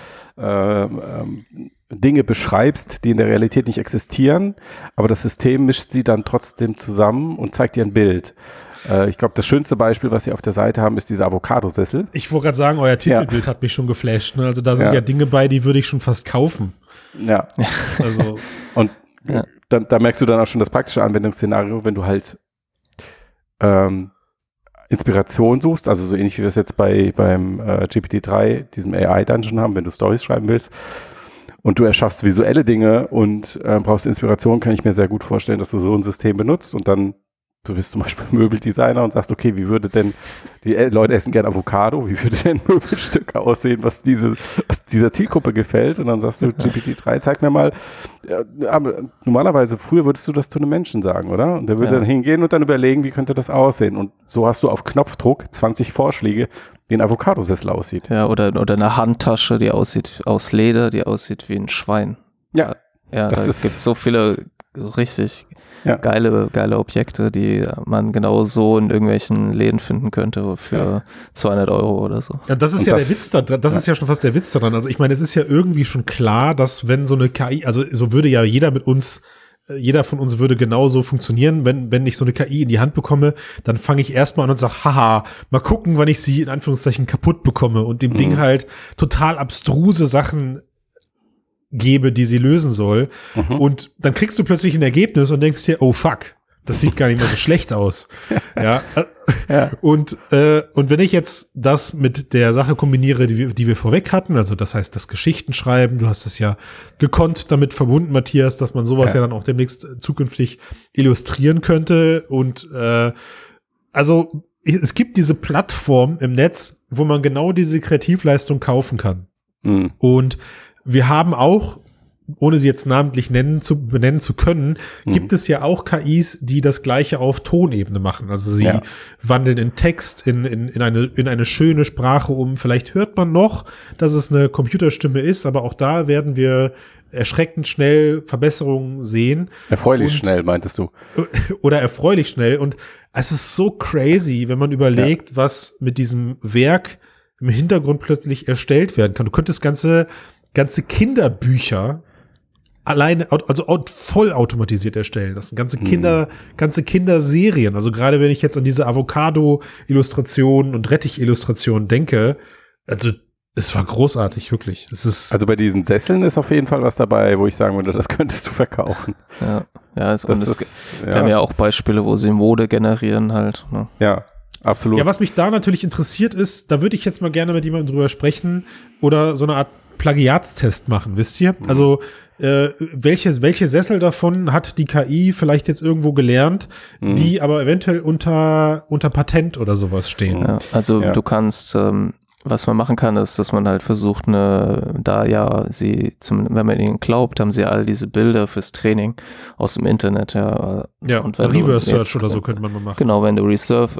Dinge beschreibst, die in der Realität nicht existieren, aber das System mischt sie dann trotzdem zusammen und zeigt dir ein Bild. Ich glaube, das schönste Beispiel, was sie auf der Seite haben, ist dieser Avocado-Sessel. Ich wollte gerade sagen, euer Titelbild hat mich schon geflasht. Ne? Also da sind ja Dinge bei, die würde ich schon fast kaufen. Ja. Also und da merkst du dann auch schon das praktische Anwendungsszenario, wenn du halt Inspiration suchst, also so ähnlich wie wir es jetzt beim GPT-3, diesem AI-Dungeon haben, wenn du Storys schreiben willst und du erschaffst visuelle Dinge und brauchst Inspiration, kann ich mir sehr gut vorstellen, dass du so ein System benutzt und dann du bist zum Beispiel Möbeldesigner und sagst, okay, wie würde denn, die Leute essen gerne Avocado, wie würde denn ein Möbelstück aussehen, was dieser Zielgruppe gefällt? Und dann sagst du, GPT-3, zeig mir mal, aber normalerweise, früher würdest du das zu einem Menschen sagen, oder? Und der würde dann hingehen und dann überlegen, wie könnte das aussehen? Und so hast du auf Knopfdruck 20 Vorschläge, wie ein Avocadosessel aussieht. Ja, oder eine Handtasche, die aussieht aus Leder, die aussieht wie ein Schwein. Ja. Ja, da gibt es so viele richtig geile Objekte, die man genau so in irgendwelchen Läden finden könnte für 200 € oder so. Ja, das ist ja der Witz da dran. Das ist ja schon fast der Witz daran. Also ich meine, es ist ja irgendwie schon klar, dass wenn so eine KI, also so würde ja jeder von uns würde genauso funktionieren, wenn ich so eine KI in die Hand bekomme, dann fange ich erstmal an und sage, haha, mal gucken, wann ich sie in Anführungszeichen kaputt bekomme und dem Ding halt total abstruse Sachen gebe, die sie lösen soll. Und dann kriegst du plötzlich ein Ergebnis und denkst dir, oh fuck, das sieht gar nicht mehr so schlecht aus. Ja. Und wenn ich jetzt das mit der Sache kombiniere, die wir vorweg hatten, also das heißt das Geschichtenschreiben, du hast es ja gekonnt damit verbunden, Matthias, dass man sowas ja dann auch demnächst zukünftig illustrieren könnte. Und also es gibt diese Plattform im Netz, wo man genau diese Kreativleistung kaufen kann. Und wir haben auch, ohne sie jetzt namentlich benennen zu können, gibt es ja auch KIs, die das Gleiche auf Tonebene machen. Also sie wandeln in Text in eine schöne Sprache um. Vielleicht hört man noch, dass es eine Computerstimme ist, aber auch da werden wir erschreckend schnell Verbesserungen sehen. Erfreulich schnell, meintest du? Oder erfreulich schnell. Und es ist so crazy, wenn man überlegt, was mit diesem Werk im Hintergrund plötzlich erstellt werden kann. Du könntest ganze Kinderbücher alleine, also vollautomatisiert erstellen. Das sind ganze Kinderserien. Also gerade wenn ich jetzt an diese Avocado-Illustrationen und Rettich-Illustrationen denke, also es war großartig, wirklich. Also bei diesen Sesseln ist auf jeden Fall was dabei, wo ich sagen würde, das könntest du verkaufen. Ja, wir haben ja auch Beispiele, wo sie Mode generieren halt. Ne? Ja. Absolut. Ja, was mich da natürlich interessiert ist, da würde ich jetzt mal gerne mit jemandem drüber sprechen oder so eine Art Plagiatstest machen, wisst ihr? Also welche Sessel davon hat die KI vielleicht jetzt irgendwo gelernt, die aber eventuell unter Patent oder sowas stehen? Ja, also du kannst, was man machen kann, ist, dass man halt versucht, wenn man ihnen glaubt, haben sie all diese Bilder fürs Training aus dem Internet, und Reverse Search oder so könnte man mal machen. Genau, wenn du Reverse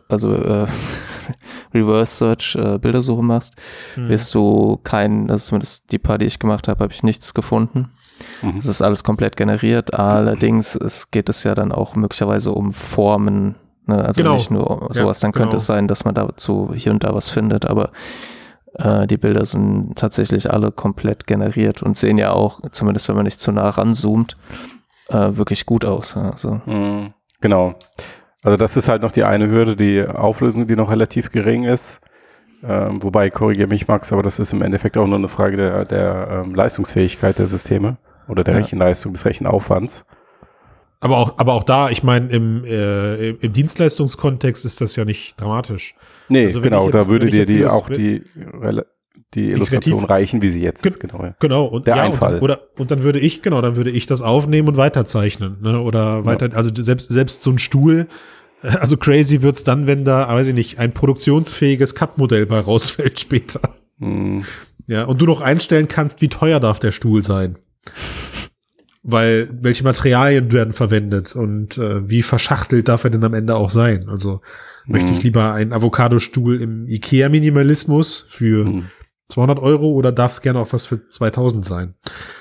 Search Bildersuche machst, wirst du das ist zumindest die paar, die ich gemacht habe, habe ich nichts gefunden. Es ist alles komplett generiert, allerdings geht es ja dann auch möglicherweise um Formen, ne? Also nicht nur sowas, dann könnte es sein, dass man dazu hier und da was findet, aber die Bilder sind tatsächlich alle komplett generiert und sehen ja auch, zumindest wenn man nicht zu nah ranzoomt, wirklich gut aus. Also. Genau. Also das ist halt noch die eine Hürde, die Auflösung, die noch relativ gering ist. Wobei, korrigiere mich Max, aber das ist im Endeffekt auch nur eine Frage der Leistungsfähigkeit der Systeme oder der Rechenleistung, des Rechenaufwands. Aber auch da, ich meine, im Dienstleistungskontext ist das ja nicht dramatisch. Nee, also genau, da würde dir die Illustration reichen, wie sie jetzt ist. Genau, ja. Genau. Und der Einfall. Und dann würde ich das aufnehmen und weiterzeichnen. Ne? Oder also selbst so ein Stuhl, also crazy wird's dann, wenn da, weiß ich nicht, ein produktionsfähiges Cut-Modell bei rausfällt später. Ja, und du noch einstellen kannst, wie teuer darf der Stuhl sein. Weil welche Materialien werden verwendet und wie verschachtelt darf er denn am Ende auch sein? Also möchte ich lieber einen Avocadostuhl im Ikea-Minimalismus für 200 € oder darf es gerne auch was für 2000 sein?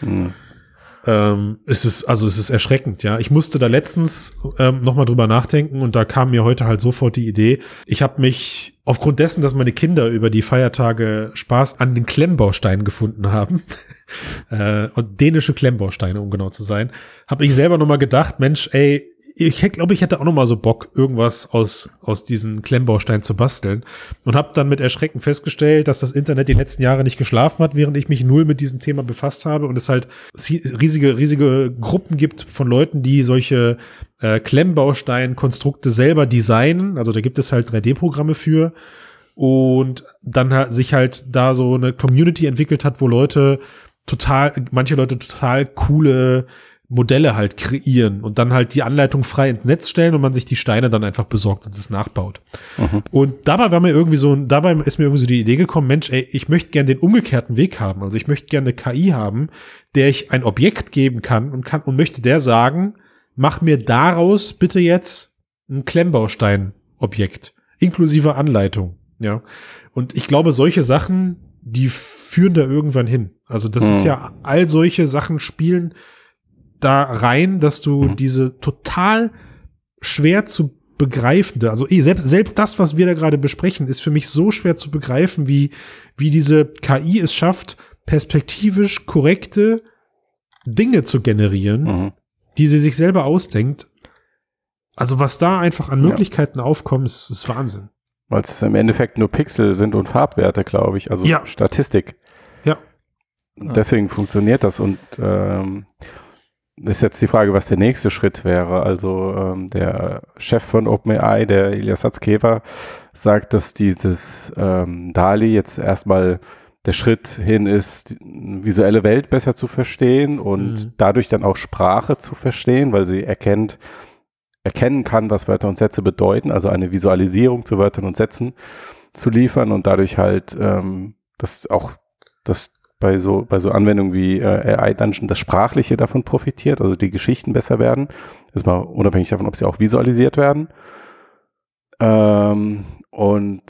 Es ist erschreckend, ja. Ich musste da letztens noch mal drüber nachdenken und da kam mir heute halt sofort die Idee. Ich habe mich aufgrund dessen, dass meine Kinder über die Feiertage Spaß an den Klemmbausteinen gefunden haben, und dänische Klemmbausteine, um genau zu sein, habe ich selber noch mal gedacht, Mensch, ey, ich glaube, ich hätte auch noch mal so Bock, irgendwas aus diesen Klemmbausteinen zu basteln und habe dann mit Erschrecken festgestellt, dass das Internet die letzten Jahre nicht geschlafen hat, während ich mich null mit diesem Thema befasst habe und es halt riesige Gruppen gibt von Leuten, die solche Klemmbaustein-Konstrukte selber designen. Also da gibt es halt 3D-Programme für und dann sich halt da so eine Community entwickelt hat, wo manche Leute total coole Modelle halt kreieren und dann halt die Anleitung frei ins Netz stellen und man sich die Steine dann einfach besorgt und das nachbaut. Und dabei ist mir irgendwie so die Idee gekommen, Mensch, ey, ich möchte gerne den umgekehrten Weg haben. Also ich möchte gerne eine KI haben, der ich ein Objekt geben kann und möchte der sagen, mach mir daraus bitte jetzt ein Klemmbaustein-Objekt, inklusive Anleitung, ja. Und ich glaube, solche Sachen, die führen da irgendwann hin. Also das ist ja, all solche Sachen spielen da rein, dass du diese total schwer zu begreifende, also selbst das, was wir da gerade besprechen, ist für mich so schwer zu begreifen, wie diese KI es schafft, perspektivisch korrekte Dinge zu generieren, die sie sich selber ausdenkt. Also was da einfach an Möglichkeiten aufkommt, ist Wahnsinn. Weil es im Endeffekt nur Pixel sind und Farbwerte, glaube ich, also Statistik. Ja. Deswegen funktioniert das und ist jetzt die Frage, was der nächste Schritt wäre. Also der Chef von OpenAI, der Ilya Sutskever, sagt, dass dieses DALL-E jetzt erstmal der Schritt hin ist, die visuelle Welt besser zu verstehen und dadurch dann auch Sprache zu verstehen, weil sie erkennen kann, was Wörter und Sätze bedeuten, also eine Visualisierung zu Wörtern und Sätzen zu liefern und dadurch halt das bei so Anwendungen wie AI Dungeon das Sprachliche davon profitiert, also die Geschichten besser werden. Das ist mal unabhängig davon, ob sie auch visualisiert werden. Und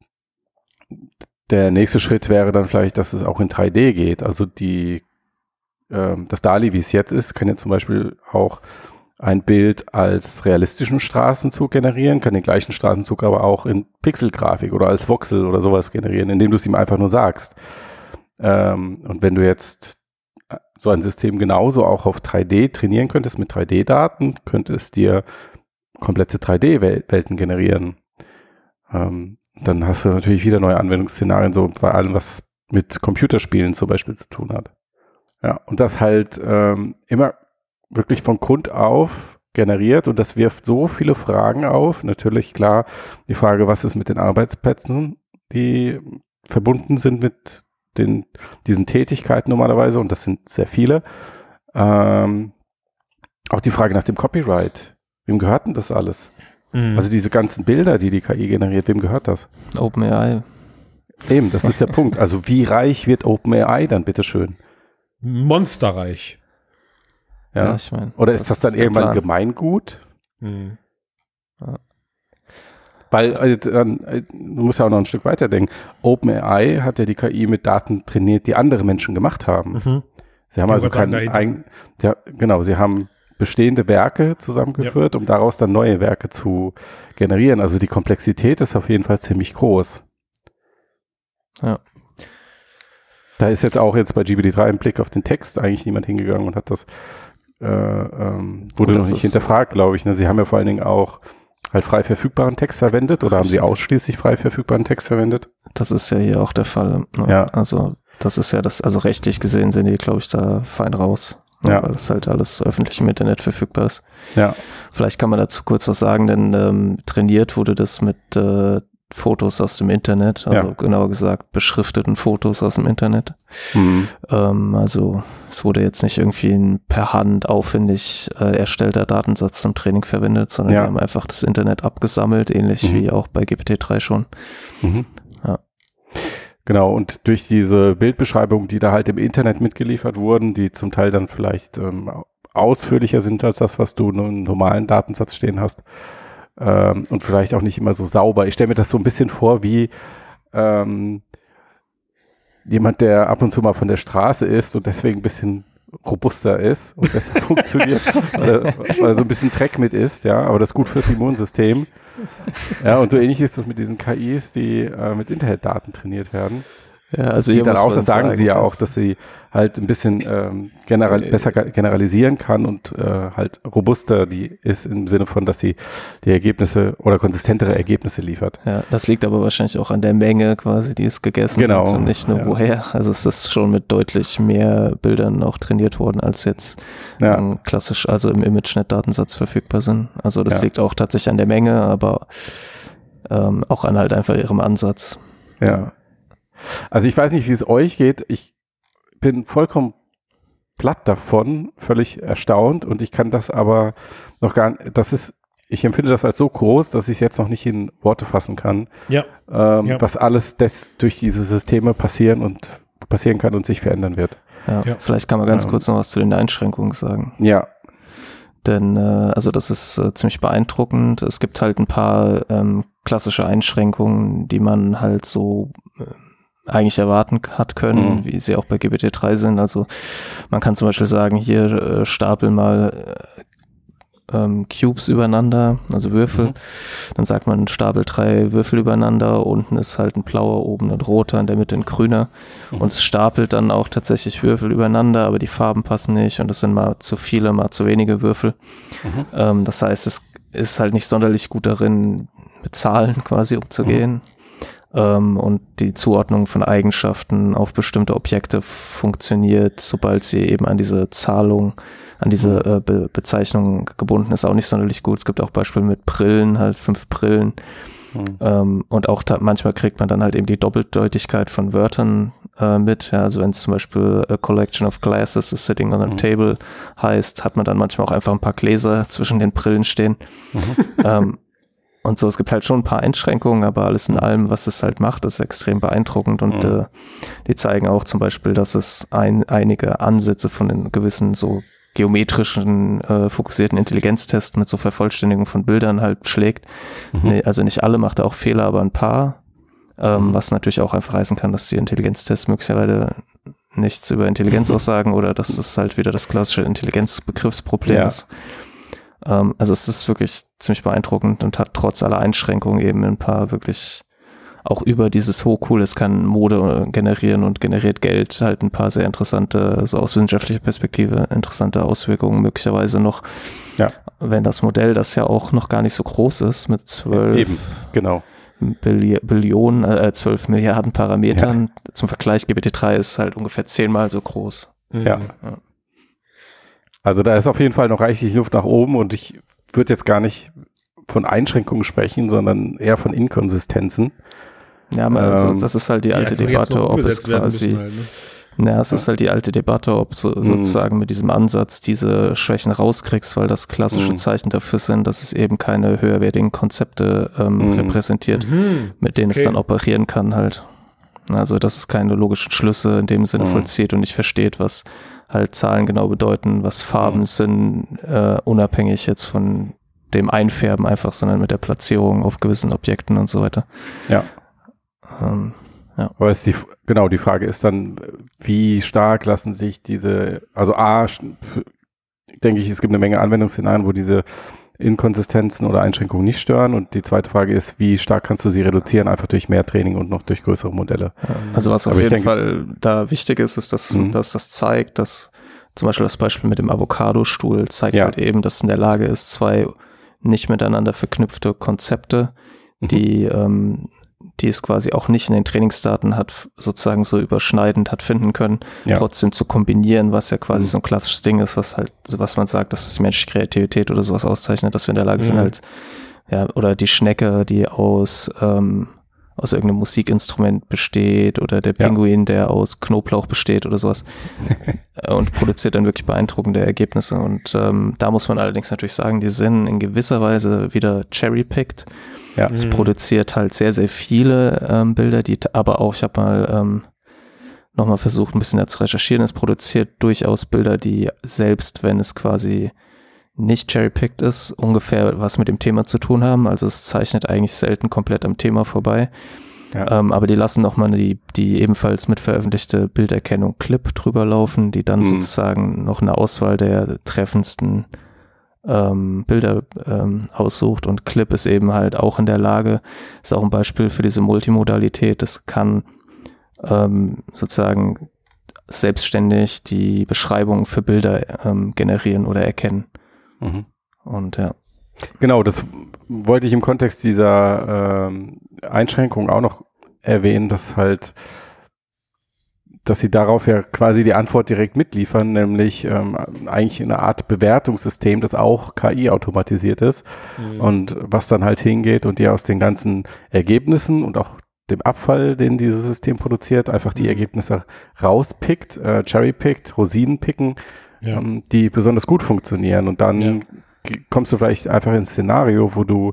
der nächste Schritt wäre dann vielleicht, dass es auch in 3D geht. Also das DALL-E, wie es jetzt ist, kann ja zum Beispiel auch ein Bild als realistischen Straßenzug generieren, kann den gleichen Straßenzug aber auch in Pixelgrafik oder als Voxel oder sowas generieren, indem du es ihm einfach nur sagst. Und wenn du jetzt so ein System genauso auch auf 3D trainieren könntest mit 3D-Daten, könnte es dir komplette 3D-Welten generieren. Dann hast du natürlich wieder neue Anwendungsszenarien, so bei allem, was mit Computerspielen zum Beispiel zu tun hat. Ja, und das halt immer wirklich von Grund auf generiert und das wirft so viele Fragen auf. Natürlich, klar, die Frage, was ist mit den Arbeitsplätzen, die verbunden sind mit diesen Tätigkeiten normalerweise, und das sind sehr viele. Auch die Frage nach dem Copyright. Wem gehört denn das alles? Also diese ganzen Bilder, die KI generiert, wem gehört das? OpenAI. Eben, das ist der Punkt. Also wie reich wird OpenAI dann, bitteschön? Monsterreich. Ja, ich meine. Oder ist das dann irgendwann Gemeingut? Ja. Weil du musst ja auch noch ein Stück weiter denken. OpenAI hat ja die KI mit Daten trainiert, die andere Menschen gemacht haben. Sie haben also sie haben bestehende Werke zusammengeführt, um daraus dann neue Werke zu generieren. Also die Komplexität ist auf jeden Fall ziemlich groß. Ja. Da ist jetzt auch bei GPT-3 im Blick auf den Text eigentlich niemand hingegangen und hat das wurde noch nicht hinterfragt, glaube ich. Ne? Sie haben ja vor allen Dingen auch halt frei verfügbaren Text verwendet oder haben sie ausschließlich frei verfügbaren Text verwendet? Das ist ja hier auch der Fall. Ne? Ja. Also das ist ja also rechtlich gesehen sind die, glaube ich, da fein raus. Ja. Weil das halt alles öffentlich im Internet verfügbar ist. Ja. Vielleicht kann man dazu kurz was sagen, denn trainiert wurde das mit Fotos aus dem Internet, also genauer gesagt beschrifteten Fotos aus dem Internet. Also es wurde jetzt nicht irgendwie ein per Hand aufwendig erstellter Datensatz zum Training verwendet, sondern die haben einfach das Internet abgesammelt, ähnlich wie auch bei GPT-3 schon. Ja. Genau, und durch diese Bildbeschreibungen, die da halt im Internet mitgeliefert wurden, die zum Teil dann vielleicht ausführlicher sind als das, was du in einem normalen Datensatz stehen hast, und vielleicht auch nicht immer so sauber. Ich stelle mir das so ein bisschen vor wie jemand, der ab und zu mal von der Straße ist und deswegen ein bisschen robuster ist und besser funktioniert, weil er so ein bisschen Dreck mit isst, ja, aber das ist gut fürs Immunsystem. Ja, und so ähnlich ist das mit diesen KIs, die mit Internetdaten trainiert werden. Ja, also die dann auch, das sagen sie ja auch, dass sie halt ein bisschen besser generalisieren kann und halt robuster die ist im Sinne von, dass sie die Ergebnisse oder konsistentere Ergebnisse liefert. Ja, das liegt aber wahrscheinlich auch an der Menge quasi, die es gegessen hat und nicht nur woher. Also es ist schon mit deutlich mehr Bildern auch trainiert worden, als jetzt klassisch, also im ImageNet-Datensatz verfügbar sind. Also das liegt auch tatsächlich an der Menge, aber auch an halt einfach ihrem Ansatz. Ja. Also ich weiß nicht, wie es euch geht. Ich bin vollkommen platt davon, völlig erstaunt und ich kann das aber noch gar nicht, ich empfinde das als so groß, dass ich es jetzt noch nicht in Worte fassen kann, was alles durch diese Systeme passieren kann und sich verändern wird. Ja. Vielleicht kann man ganz kurz noch was zu den Einschränkungen sagen. Ja. Denn also das ist ziemlich beeindruckend. Es gibt halt ein paar klassische Einschränkungen, die man halt so eigentlich erwarten hat können, wie sie auch bei GPT-3 sind. Also man kann zum Beispiel sagen, hier stapel mal Cubes übereinander, also Würfel. Dann sagt man, stapel 3 Würfel übereinander, unten ist halt ein blauer, oben ein roter, in der Mitte ein grüner. Und es stapelt dann auch tatsächlich Würfel übereinander, aber die Farben passen nicht und es sind mal zu viele, mal zu wenige Würfel. Das heißt, es ist halt nicht sonderlich gut darin, mit Zahlen quasi umzugehen. Und die Zuordnung von Eigenschaften auf bestimmte Objekte funktioniert, sobald sie eben an diese Zahlung, an diese Bezeichnung gebunden ist, auch nicht sonderlich gut. Es gibt auch Beispiele mit Brillen, halt 5 Brillen. Und auch manchmal kriegt man dann halt eben die Doppeldeutigkeit von Wörtern mit. Ja, also wenn es zum Beispiel a collection of glasses is sitting on a table heißt, hat man dann manchmal auch einfach ein paar Gläser zwischen den Brillen stehen. Und so, es gibt halt schon ein paar Einschränkungen, aber alles in allem, was es halt macht, ist extrem beeindruckend und die zeigen auch zum Beispiel, dass es einige Ansätze von den gewissen so geometrischen, fokussierten Intelligenztests mit so Vervollständigung von Bildern halt schlägt. Nee, also nicht alle macht er auch Fehler, aber ein paar, was natürlich auch einfach heißen kann, dass die Intelligenztests möglicherweise nichts über Intelligenz aussagen oder dass es halt wieder das klassische Intelligenzbegriffsproblem ist. Also es ist wirklich ziemlich beeindruckend und hat trotz aller Einschränkungen eben ein paar wirklich auch über dieses cool, es kann Mode generieren und generiert Geld, halt ein paar sehr interessante, so aus wissenschaftlicher Perspektive interessante Auswirkungen möglicherweise noch. Ja. Wenn das Modell, das ja auch noch gar nicht so groß ist, mit 12 Milliarden Parametern. Zum Vergleich, GPT-3 ist halt ungefähr 10-mal so groß. Ja. Also da ist auf jeden Fall noch reichlich Luft nach oben und ich würde jetzt gar nicht von Einschränkungen sprechen, sondern eher von Inkonsistenzen. Ja, also das ist halt die alte Debatte, ob es quasi, ist halt die alte Debatte, ob sozusagen mit diesem Ansatz diese Schwächen rauskriegst, weil das klassische Zeichen dafür sind, dass es eben keine höherwertigen Konzepte repräsentiert, mit denen es dann operieren kann halt. Also dass es keine logischen Schlüsse in dem Sinne vollzieht und nicht versteht, was halt Zahlen genau bedeuten, was Farben sind, unabhängig jetzt von dem Einfärben einfach, sondern mit der Platzierung auf gewissen Objekten und so weiter. Ja. Aber die Frage ist dann, wie stark lassen sich diese, also denke ich, es gibt eine Menge Anwendungsszenarien, wo diese Inkonsistenzen oder Einschränkungen nicht stören und die zweite Frage ist, wie stark kannst du sie reduzieren, einfach durch mehr Training und noch durch größere Modelle. Also was auf jeden Fall da wichtig ist, dass das zeigt, dass zum Beispiel das Beispiel mit dem Avocado-Stuhl zeigt halt eben, dass es in der Lage ist, 2 nicht miteinander verknüpfte Konzepte, die die es quasi auch nicht in den Trainingsdaten hat, sozusagen so überschneidend hat finden können, trotzdem zu kombinieren, was ja quasi so ein klassisches Ding ist, was man sagt, dass die menschliche Kreativität oder sowas auszeichnet, dass wir in der Lage sind halt, oder die Schnecke, die aus irgendeinem Musikinstrument besteht oder der Pinguin, der aus Knoblauch besteht oder sowas und produziert dann wirklich beeindruckende Ergebnisse. Und da muss man allerdings natürlich sagen, die sind in gewisser Weise wieder cherry-picked. Ja. Es produziert halt sehr, sehr viele Bilder, aber auch, ich habe mal nochmal versucht, ein bisschen zu recherchieren, es produziert durchaus Bilder, die selbst, wenn es quasi nicht cherry-picked ist, ungefähr was mit dem Thema zu tun haben. Also es zeichnet eigentlich selten komplett am Thema vorbei. Ja. Aber die lassen nochmal die ebenfalls mit veröffentlichte Bilderkennung Clip drüber laufen, die dann sozusagen noch eine Auswahl der treffendsten Bilder aussucht. Und Clip ist eben halt auch in der Lage, ist auch ein Beispiel für diese Multimodalität. Das kann sozusagen selbstständig die Beschreibung für Bilder generieren oder erkennen. Und ja. Genau, das wollte ich im Kontext dieser Einschränkung auch noch erwähnen, dass sie darauf ja quasi die Antwort direkt mitliefern, nämlich eigentlich eine Art Bewertungssystem, das auch KI automatisiert ist und was dann halt hingeht und dir aus den ganzen Ergebnissen und auch dem Abfall, den dieses System produziert, einfach die Ergebnisse rauspickt, cherrypickt, Rosinen picken, die besonders gut funktionieren. Und dann kommst du vielleicht einfach ins Szenario, wo du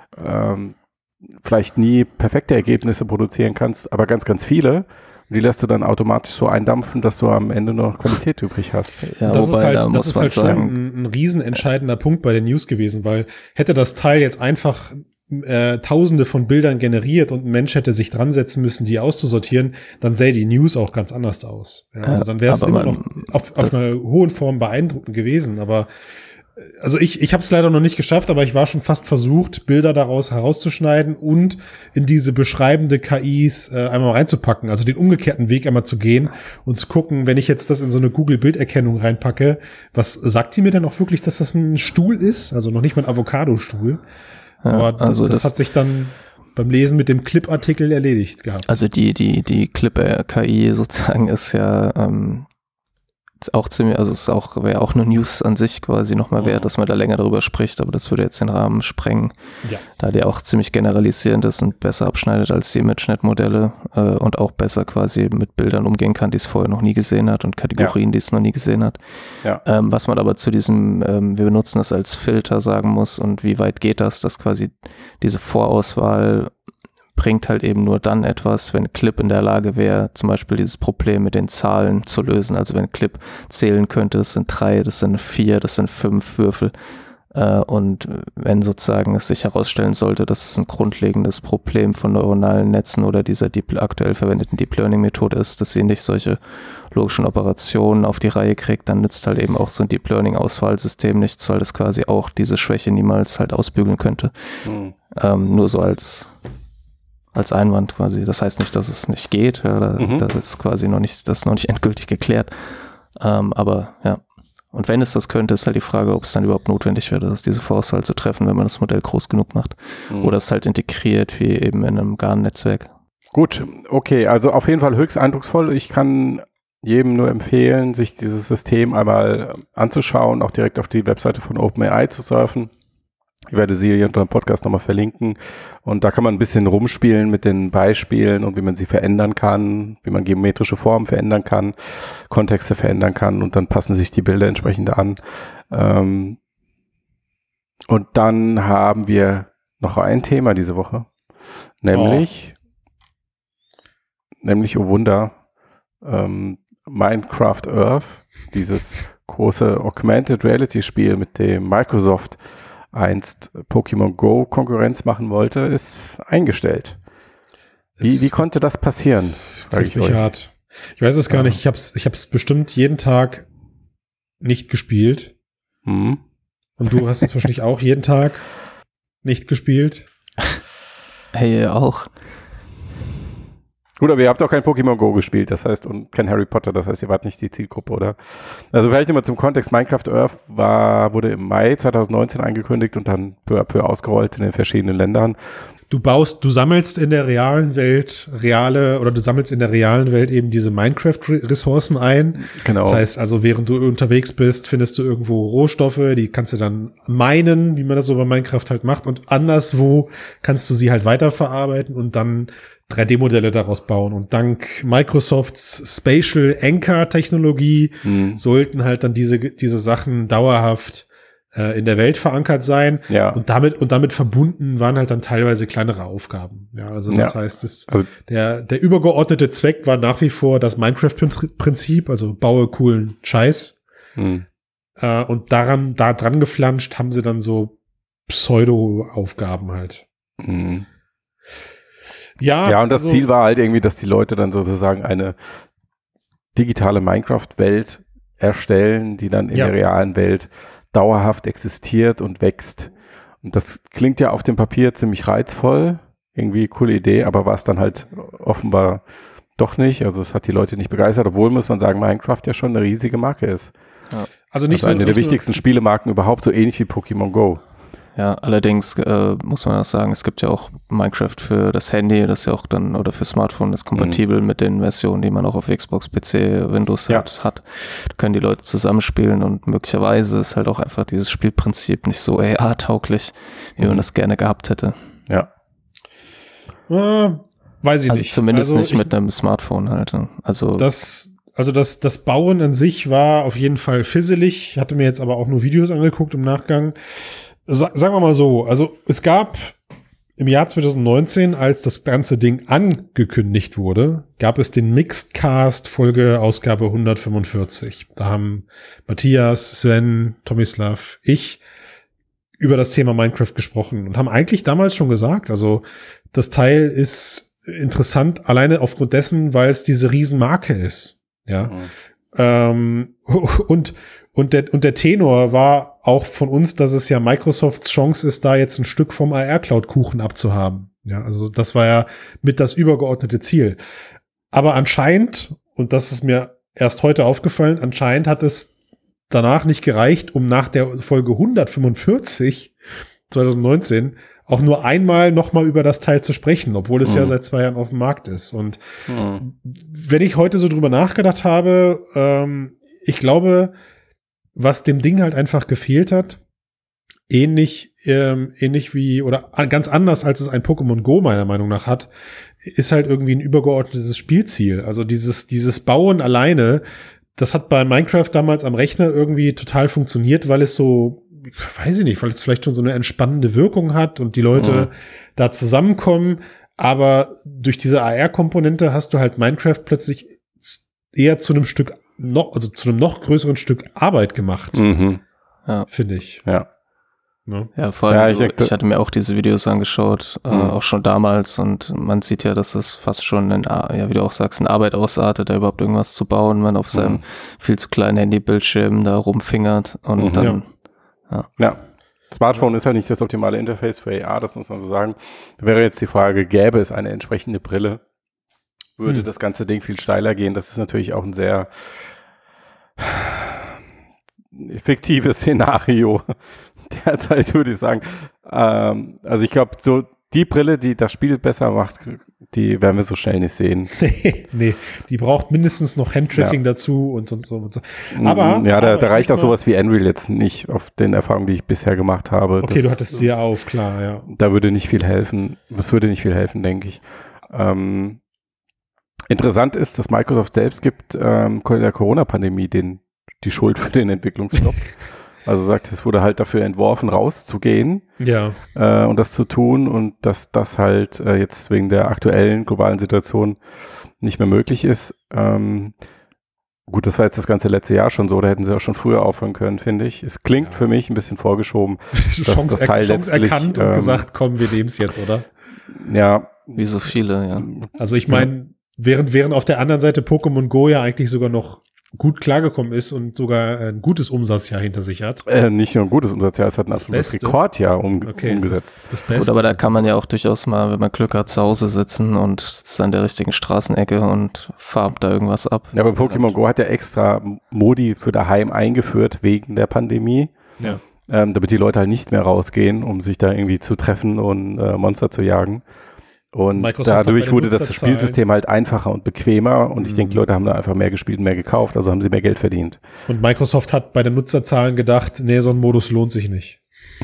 vielleicht nie perfekte Ergebnisse produzieren kannst, aber ganz, ganz viele. Und die lässt du dann automatisch so eindampfen, dass du am Ende noch Qualität übrig hast. Ja, das ist halt schon ein riesenentscheidender Punkt bei den News gewesen, weil hätte das Teil jetzt einfach Tausende von Bildern generiert und ein Mensch hätte sich dran setzen müssen, die auszusortieren, dann sähe die News auch ganz anders aus. Ja, also dann wäre es immer noch auf einer hohen Form beeindruckend gewesen. Aber also ich habe es leider noch nicht geschafft, aber ich war schon fast versucht, Bilder daraus herauszuschneiden und in diese beschreibende KIs einmal reinzupacken. Also den umgekehrten Weg einmal zu gehen und zu gucken, wenn ich jetzt das in so eine Google-Bilderkennung reinpacke, was sagt die mir denn auch wirklich, dass das ein Stuhl ist? Also noch nicht mal ein Avocadostuhl. Aber das hat sich dann beim Lesen mit dem Clip-Artikel erledigt gehabt. Also die Clip-KI sozusagen ist ja auch ziemlich, also es wäre auch eine News an sich quasi nochmal wert, dass man da länger darüber spricht, aber das würde jetzt den Rahmen sprengen, da die auch ziemlich generalisierend ist und besser abschneidet als die ImageNet-Modelle und auch besser quasi mit Bildern umgehen kann, die es vorher noch nie gesehen hat und Kategorien, die es noch nie gesehen hat. Ja. Was man aber zu diesem, wir benutzen das als Filter sagen muss und wie weit geht das, dass quasi diese Vorauswahl bringt halt eben nur dann etwas, wenn Clip in der Lage wäre, zum Beispiel dieses Problem mit den Zahlen zu lösen. Also wenn Clip zählen könnte, das sind 3, das sind 4, das sind 5 Würfel. Und wenn sozusagen es sich herausstellen sollte, dass es ein grundlegendes Problem von neuronalen Netzen oder dieser aktuell verwendeten Deep Learning Methode ist, dass sie nicht solche logischen Operationen auf die Reihe kriegt, dann nützt halt eben auch so ein Deep Learning Auswahlsystem nichts, weil das quasi auch diese Schwäche niemals halt ausbügeln könnte. Nur so als Einwand quasi. Das heißt nicht, dass es nicht geht. Das ist quasi noch nicht endgültig geklärt. Aber ja. Und wenn es das könnte, ist halt die Frage, ob es dann überhaupt notwendig wäre, diese Vorauswahl zu treffen, wenn man das Modell groß genug macht. Oder es halt integriert, wie eben in einem GAN-Netzwerk. Gut, okay. Also auf jeden Fall höchst eindrucksvoll. Ich kann jedem nur empfehlen, sich dieses System einmal anzuschauen, auch direkt auf die Webseite von OpenAI zu surfen. Ich werde sie hier unter dem Podcast nochmal verlinken und da kann man ein bisschen rumspielen mit den Beispielen und wie man sie verändern kann, wie man geometrische Formen verändern kann, Kontexte verändern kann und dann passen sich die Bilder entsprechend an. Und dann haben wir noch ein Thema diese Woche, nämlich, oh Wunder, Minecraft Earth, dieses große Augmented Reality Spiel, mit dem Microsoft einst Pokémon Go Konkurrenz machen wollte, ist eingestellt. Wie konnte das passieren? Trifft mich hart. Ich weiß es gar nicht. Ich hab's bestimmt jeden Tag nicht gespielt. Und du hast es wahrscheinlich auch jeden Tag nicht gespielt. Hey, auch. Gut, aber ihr habt auch kein Pokémon Go gespielt, das heißt, und kein Harry Potter, das heißt, ihr wart nicht die Zielgruppe, oder? Also vielleicht immer zum Kontext, Minecraft Earth wurde im Mai 2019 angekündigt und dann peu à peu ausgerollt in den verschiedenen Ländern. du sammelst in der realen Welt du sammelst in der realen Welt eben diese Minecraft-Ressourcen ein. Genau. Das heißt also, während du unterwegs bist, findest du irgendwo Rohstoffe, die kannst du dann minen, wie man das so bei Minecraft halt macht, und anderswo kannst du sie halt weiterverarbeiten und dann 3D-Modelle daraus bauen. Und dank Microsofts Spatial Anchor-Technologie sollten halt dann diese Sachen dauerhaft in der Welt verankert sein. Ja. Und damit verbunden waren halt dann teilweise kleinere Aufgaben. Ja, also das heißt, der übergeordnete Zweck war nach wie vor das Minecraft-Prinzip, also baue coolen Scheiß. Und da dran geflanscht haben sie dann so Pseudo-Aufgaben halt. Ja, und das Ziel war halt irgendwie, dass die Leute dann sozusagen eine digitale Minecraft-Welt erstellen, die dann in der realen Welt dauerhaft existiert und wächst. Und das klingt ja auf dem Papier ziemlich reizvoll, irgendwie coole Idee, aber war es dann halt offenbar doch nicht. Also es hat die Leute nicht begeistert, obwohl, muss man sagen, Minecraft ja schon eine riesige Marke ist. Ja. Also nicht eine der wichtigsten Spielemarken überhaupt, so ähnlich wie Pokémon Go. Ja, allerdings muss man auch sagen, es gibt ja auch Minecraft für das Handy, das ja auch dann, oder für Smartphone, das ist kompatibel mit den Versionen, die man auch auf Xbox, PC, Windows halt hat. Da können die Leute zusammenspielen und möglicherweise ist halt auch einfach dieses Spielprinzip nicht so AR-tauglich, wie man das gerne gehabt hätte. Ja. Weiß ich nicht. Zumindest nicht mit einem Smartphone halt. Also das Bauen an sich war auf jeden Fall fisselig. Ich hatte mir jetzt aber auch nur Videos angeguckt im Nachgang. Sagen wir mal so, also es gab im Jahr 2019, als das ganze Ding angekündigt wurde, gab es den Mixedcast Folge Ausgabe 145. Da haben Matthias, Sven, Tomislav, ich über das Thema Minecraft gesprochen und haben eigentlich damals schon gesagt, also das Teil ist interessant alleine aufgrund dessen, weil es diese Riesenmarke ist. Ja. Und der Tenor war auch von uns, dass es ja Microsofts Chance ist, da jetzt ein Stück vom AR-Cloud-Kuchen abzuhaben. Ja, also das war ja mit das übergeordnete Ziel. Aber anscheinend, und das ist mir erst heute aufgefallen, anscheinend hat es danach nicht gereicht, um nach der Folge 145 2019 auch nur einmal nochmal über das Teil zu sprechen, obwohl es ja seit 2 Jahren auf dem Markt ist. Und wenn ich heute so drüber nachgedacht habe, ich glaube, was dem Ding halt einfach gefehlt hat, ähnlich wie, oder ganz anders, als es ein Pokémon Go meiner Meinung nach hat, ist halt irgendwie ein übergeordnetes Spielziel. Also dieses Bauen alleine, das hat bei Minecraft damals am Rechner irgendwie total funktioniert, weil es so, weiß ich nicht, weil es vielleicht schon so eine entspannende Wirkung hat und die Leute da zusammenkommen. Aber durch diese AR-Komponente hast du halt Minecraft plötzlich eher zu einem noch größeren Stück Arbeit gemacht, finde ich. Ja. Ja, vor allem, ich hatte mir auch diese Videos angeschaut, auch schon damals, und man sieht ja, dass das fast schon wie du auch sagst, in Arbeit ausartet, da überhaupt irgendwas zu bauen, man auf seinem viel zu kleinen Handybildschirm da rumfingert und dann, ja. Smartphone ist halt nicht das optimale Interface für AR, das muss man so sagen. Da wäre jetzt die Frage, gäbe es eine entsprechende Brille, würde das ganze Ding viel steiler gehen. Das ist natürlich auch ein sehr fiktives Szenario. Derzeit würde ich sagen. Also ich glaube, so die Brille, die das Spiel besser macht, die werden wir so schnell nicht sehen. Nee, die braucht mindestens noch Handtracking dazu und so. Aber da reicht auch sowas wie Unreal jetzt nicht auf den Erfahrungen, die ich bisher gemacht habe. Okay, du hattest sie ja auf, klar, ja. Da würde nicht viel helfen. Das würde nicht viel helfen, denke ich. Interessant ist, dass Microsoft selbst gibt der Corona-Pandemie die Schuld für den Entwicklungsstopp. Also sagt, es wurde halt dafür entworfen, rauszugehen und das zu tun, und dass das halt jetzt wegen der aktuellen globalen Situation nicht mehr möglich ist. Gut, das war jetzt das ganze letzte Jahr schon so, da hätten sie auch schon früher aufhören können, finde ich. Es klingt für mich ein bisschen vorgeschoben, dass das Teil letztlich erkannt und gesagt, komm, wir nehmen es jetzt, oder? Ja. Wie so viele, ja. Also ich meine, während auf der anderen Seite Pokémon Go ja eigentlich sogar noch gut klargekommen ist und sogar ein gutes Umsatzjahr hinter sich hat. Nicht nur ein gutes Umsatzjahr, es hat ein absolutes Rekordjahr umgesetzt. Das Beste. Gut, aber da kann man ja auch durchaus mal, wenn man Glück hat, zu Hause sitzen und sitzt an der richtigen Straßenecke und farbt da irgendwas ab. Ja, aber Pokémon Go hat ja extra Modi für daheim eingeführt wegen der Pandemie. Ja. damit die Leute halt nicht mehr rausgehen, um sich da irgendwie zu treffen und Monster zu jagen. Und Microsoft dadurch wurde das Spielsystem halt einfacher und bequemer und ich denke, die Leute haben da einfach mehr gespielt und mehr gekauft, also haben sie mehr Geld verdient. Und Microsoft hat bei den Nutzerzahlen gedacht, nee, so ein Modus lohnt sich nicht.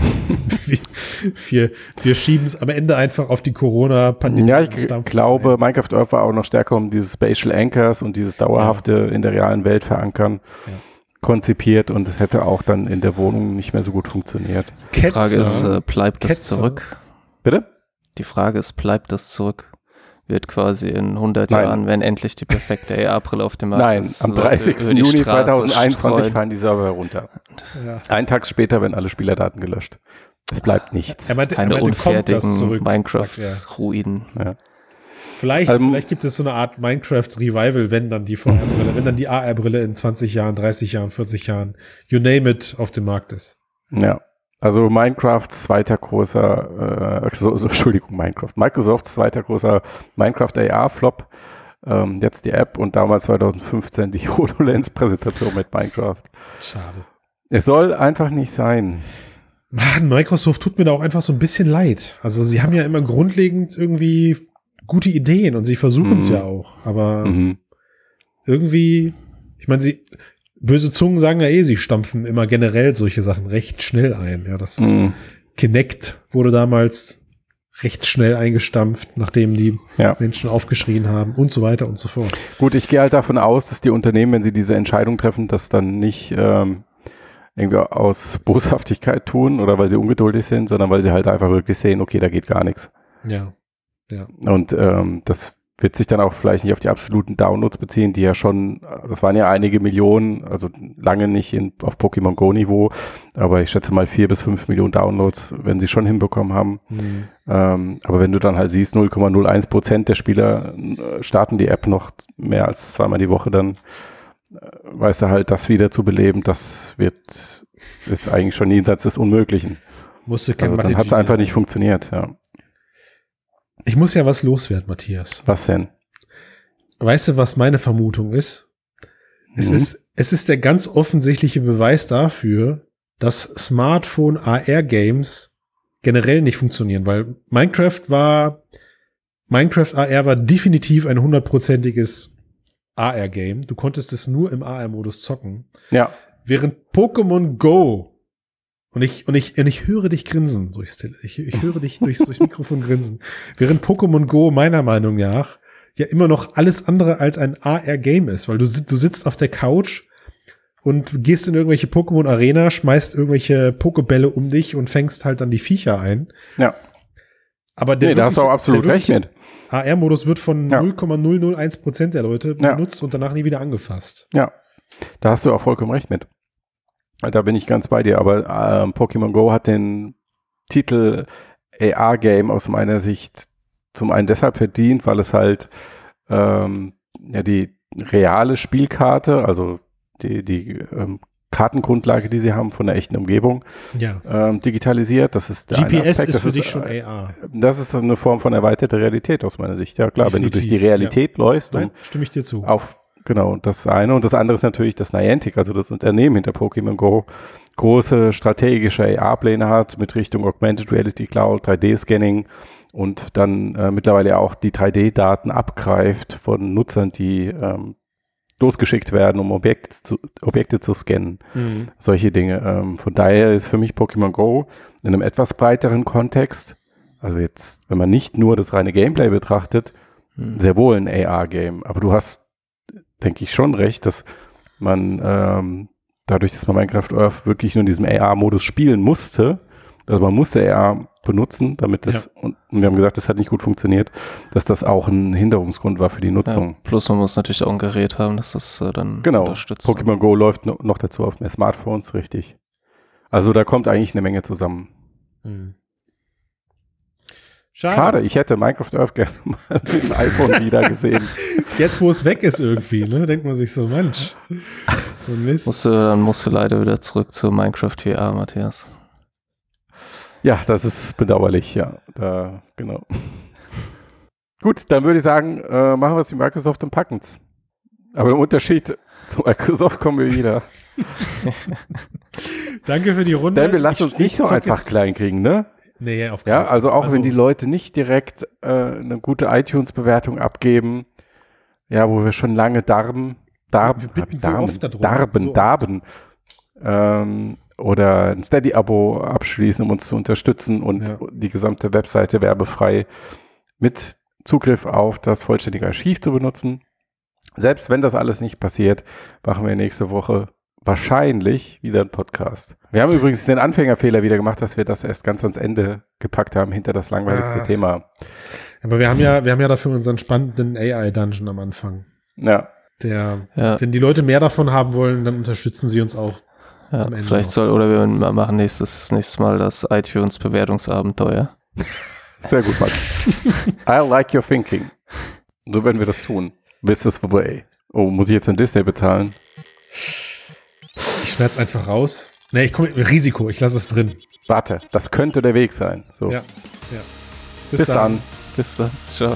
wir schieben es am Ende einfach auf die Corona-Pandemie. Ja, ich glaube, Minecraft Earth war auch noch stärker um dieses Spatial Anchors und dieses dauerhafte in der realen Welt verankern konzipiert und es hätte auch dann in der Wohnung nicht mehr so gut funktioniert. Die Frage ist, bleibt das zurück? Bitte? Die Frage ist, bleibt das zurück? Wird quasi in 100 Jahren, wenn endlich die perfekte AR-Brille auf dem Markt ist. Nein, am 30. Juni 2021 fahren die Server runter. Ja. Einen Tag später werden alle Spielerdaten gelöscht. Es bleibt nichts. Keine unfertigen Minecraft-Ruinen. Ja. Vielleicht gibt es so eine Art Minecraft-Revival, wenn dann die VR-Brille, wenn dann die AR-Brille in 20 Jahren, 30 Jahren, 40 Jahren, you name it, auf dem Markt ist. Ja. Also Microsofts zweiter großer Minecraft AR-Flop, jetzt die App und damals 2015 die HoloLens-Präsentation mit Minecraft. Schade. Es soll einfach nicht sein. Mann, Microsoft tut mir da auch einfach so ein bisschen leid. Also sie haben ja immer grundlegend irgendwie gute Ideen und sie versuchen es ja auch, aber irgendwie, ich meine, böse Zungen sagen ja sie stampfen immer generell solche Sachen recht schnell ein. Ja, das Kinect wurde damals recht schnell eingestampft, nachdem die Menschen aufgeschrien haben und so weiter und so fort. Gut, ich gehe halt davon aus, dass die Unternehmen, wenn sie diese Entscheidung treffen, das dann nicht irgendwie aus Boshaftigkeit tun oder weil sie ungeduldig sind, sondern weil sie halt einfach wirklich sehen, okay, da geht gar nichts. Ja. Und das wird sich dann auch vielleicht nicht auf die absoluten Downloads beziehen, die ja schon, das waren ja einige Millionen, also lange nicht auf Pokémon Go Niveau, aber ich schätze mal 4 bis 5 Millionen Downloads, wenn sie schon hinbekommen haben. Aber wenn du dann halt siehst, 0,01% der Spieler starten die App noch mehr als zweimal die Woche, dann weißt du halt, das wieder zu beleben, ist eigentlich schon jenseits des Unmöglichen. Dann hat es einfach nicht funktioniert, ja. Ich muss ja was loswerden, Matthias. Was denn? Weißt du, was meine Vermutung ist? Es ist der ganz offensichtliche Beweis dafür, dass Smartphone AR-Games generell nicht funktionieren, weil Minecraft AR war definitiv ein 100%iges AR-Game. Du konntest es nur im AR-Modus zocken. Ja. Während Pokémon Go und ich höre dich grinsen ich höre dich durchs Mikrofon grinsen. Während Pokémon Go meiner Meinung nach ja immer noch alles andere als ein AR-Game ist, weil du sitzt auf der Couch und gehst in irgendwelche Pokémon-Arena, schmeißt irgendwelche Pokebälle um dich und fängst halt dann die Viecher ein. Ja. Aber da hast du auch absolut recht mit. AR-Modus wird von 0,001% der Leute benutzt und danach nie wieder angefasst. Ja, da hast du auch vollkommen recht mit. Da bin ich ganz bei dir, aber Pokémon Go hat den Titel AR-Game aus meiner Sicht zum einen deshalb verdient, weil es halt die reale Spielkarte, also die Kartengrundlage, die sie haben von der echten Umgebung, digitalisiert. Das ist der GPS ist für dich schon AR. Das ist eine Form von erweiterter Realität aus meiner Sicht. Ja klar, definitiv. Wenn du durch die Realität läufst. Nein, stimme ich dir zu. Genau, das eine. Und das andere ist natürlich, dass Niantic, also das Unternehmen hinter Pokémon Go, große strategische AR-Pläne hat mit Richtung Augmented Reality Cloud, 3D-Scanning und dann mittlerweile auch die 3D-Daten abgreift von Nutzern, die losgeschickt werden, um Objekte zu scannen. Solche Dinge. Von daher ist für mich Pokémon Go in einem etwas breiteren Kontext, also jetzt, wenn man nicht nur das reine Gameplay betrachtet, sehr wohl ein AR-Game. Aber du hast, denke ich, schon recht, dass man dadurch, dass man Minecraft Earth wirklich nur in diesem AR-Modus spielen musste, also man musste AR benutzen, damit das, und wir haben gesagt, das hat nicht gut funktioniert, dass das auch ein Hinderungsgrund war für die Nutzung. Ja, plus man muss natürlich auch ein Gerät haben, dass das dann unterstützt. Pokémon Go läuft noch dazu auf mehr Smartphones, richtig. Also da kommt eigentlich eine Menge zusammen. Schade, ich hätte Minecraft Earth gerne mal mit dem iPhone wieder gesehen. Jetzt, wo es weg ist irgendwie, ne, denkt man sich so, Mensch, so ein Mist. Dann musst du leider wieder zurück zu Minecraft VR, Matthias. Ja, das ist bedauerlich, ja. Genau. Gut, dann würde ich sagen, machen wir es wie Microsoft und packen es. Aber im Unterschied zu Microsoft kommen wir wieder. Danke für die Runde. Denn wir lassen uns nicht so einfach klein kriegen, ne? Nee, auf keinen Ja, Fall. also auch wenn die Leute nicht direkt eine gute iTunes-Bewertung abgeben, ja, wo wir schon lange darben, oder ein Steady-Abo abschließen, um uns zu unterstützen und die gesamte Webseite werbefrei mit Zugriff auf das vollständige Archiv zu benutzen. Selbst wenn das alles nicht passiert, machen wir nächste Woche wahrscheinlich wieder einen Podcast. Wir haben übrigens den Anfängerfehler wieder gemacht, dass wir das erst ganz ans Ende gepackt haben, hinter das langweiligste Thema. Aber wir haben ja dafür unseren spannenden AI-Dungeon am Anfang. Ja. Wenn die Leute mehr davon haben wollen, dann unterstützen sie uns auch. Ja, vielleicht wir machen nächstes Mal das iTunes-Bewertungsabenteuer. Sehr gut, Mann. I like your thinking. So werden wir das tun. This is the way. Oh, muss ich jetzt ein Disney bezahlen? Ich schneid's einfach raus. Nee, ich komme mit Risiko, ich lasse es drin. Warte, das könnte der Weg sein. So. Ja. Bis dann. Bis dann. Ciao.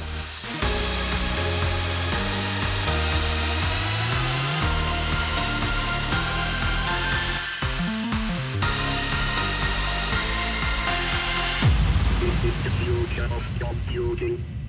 Future of computing.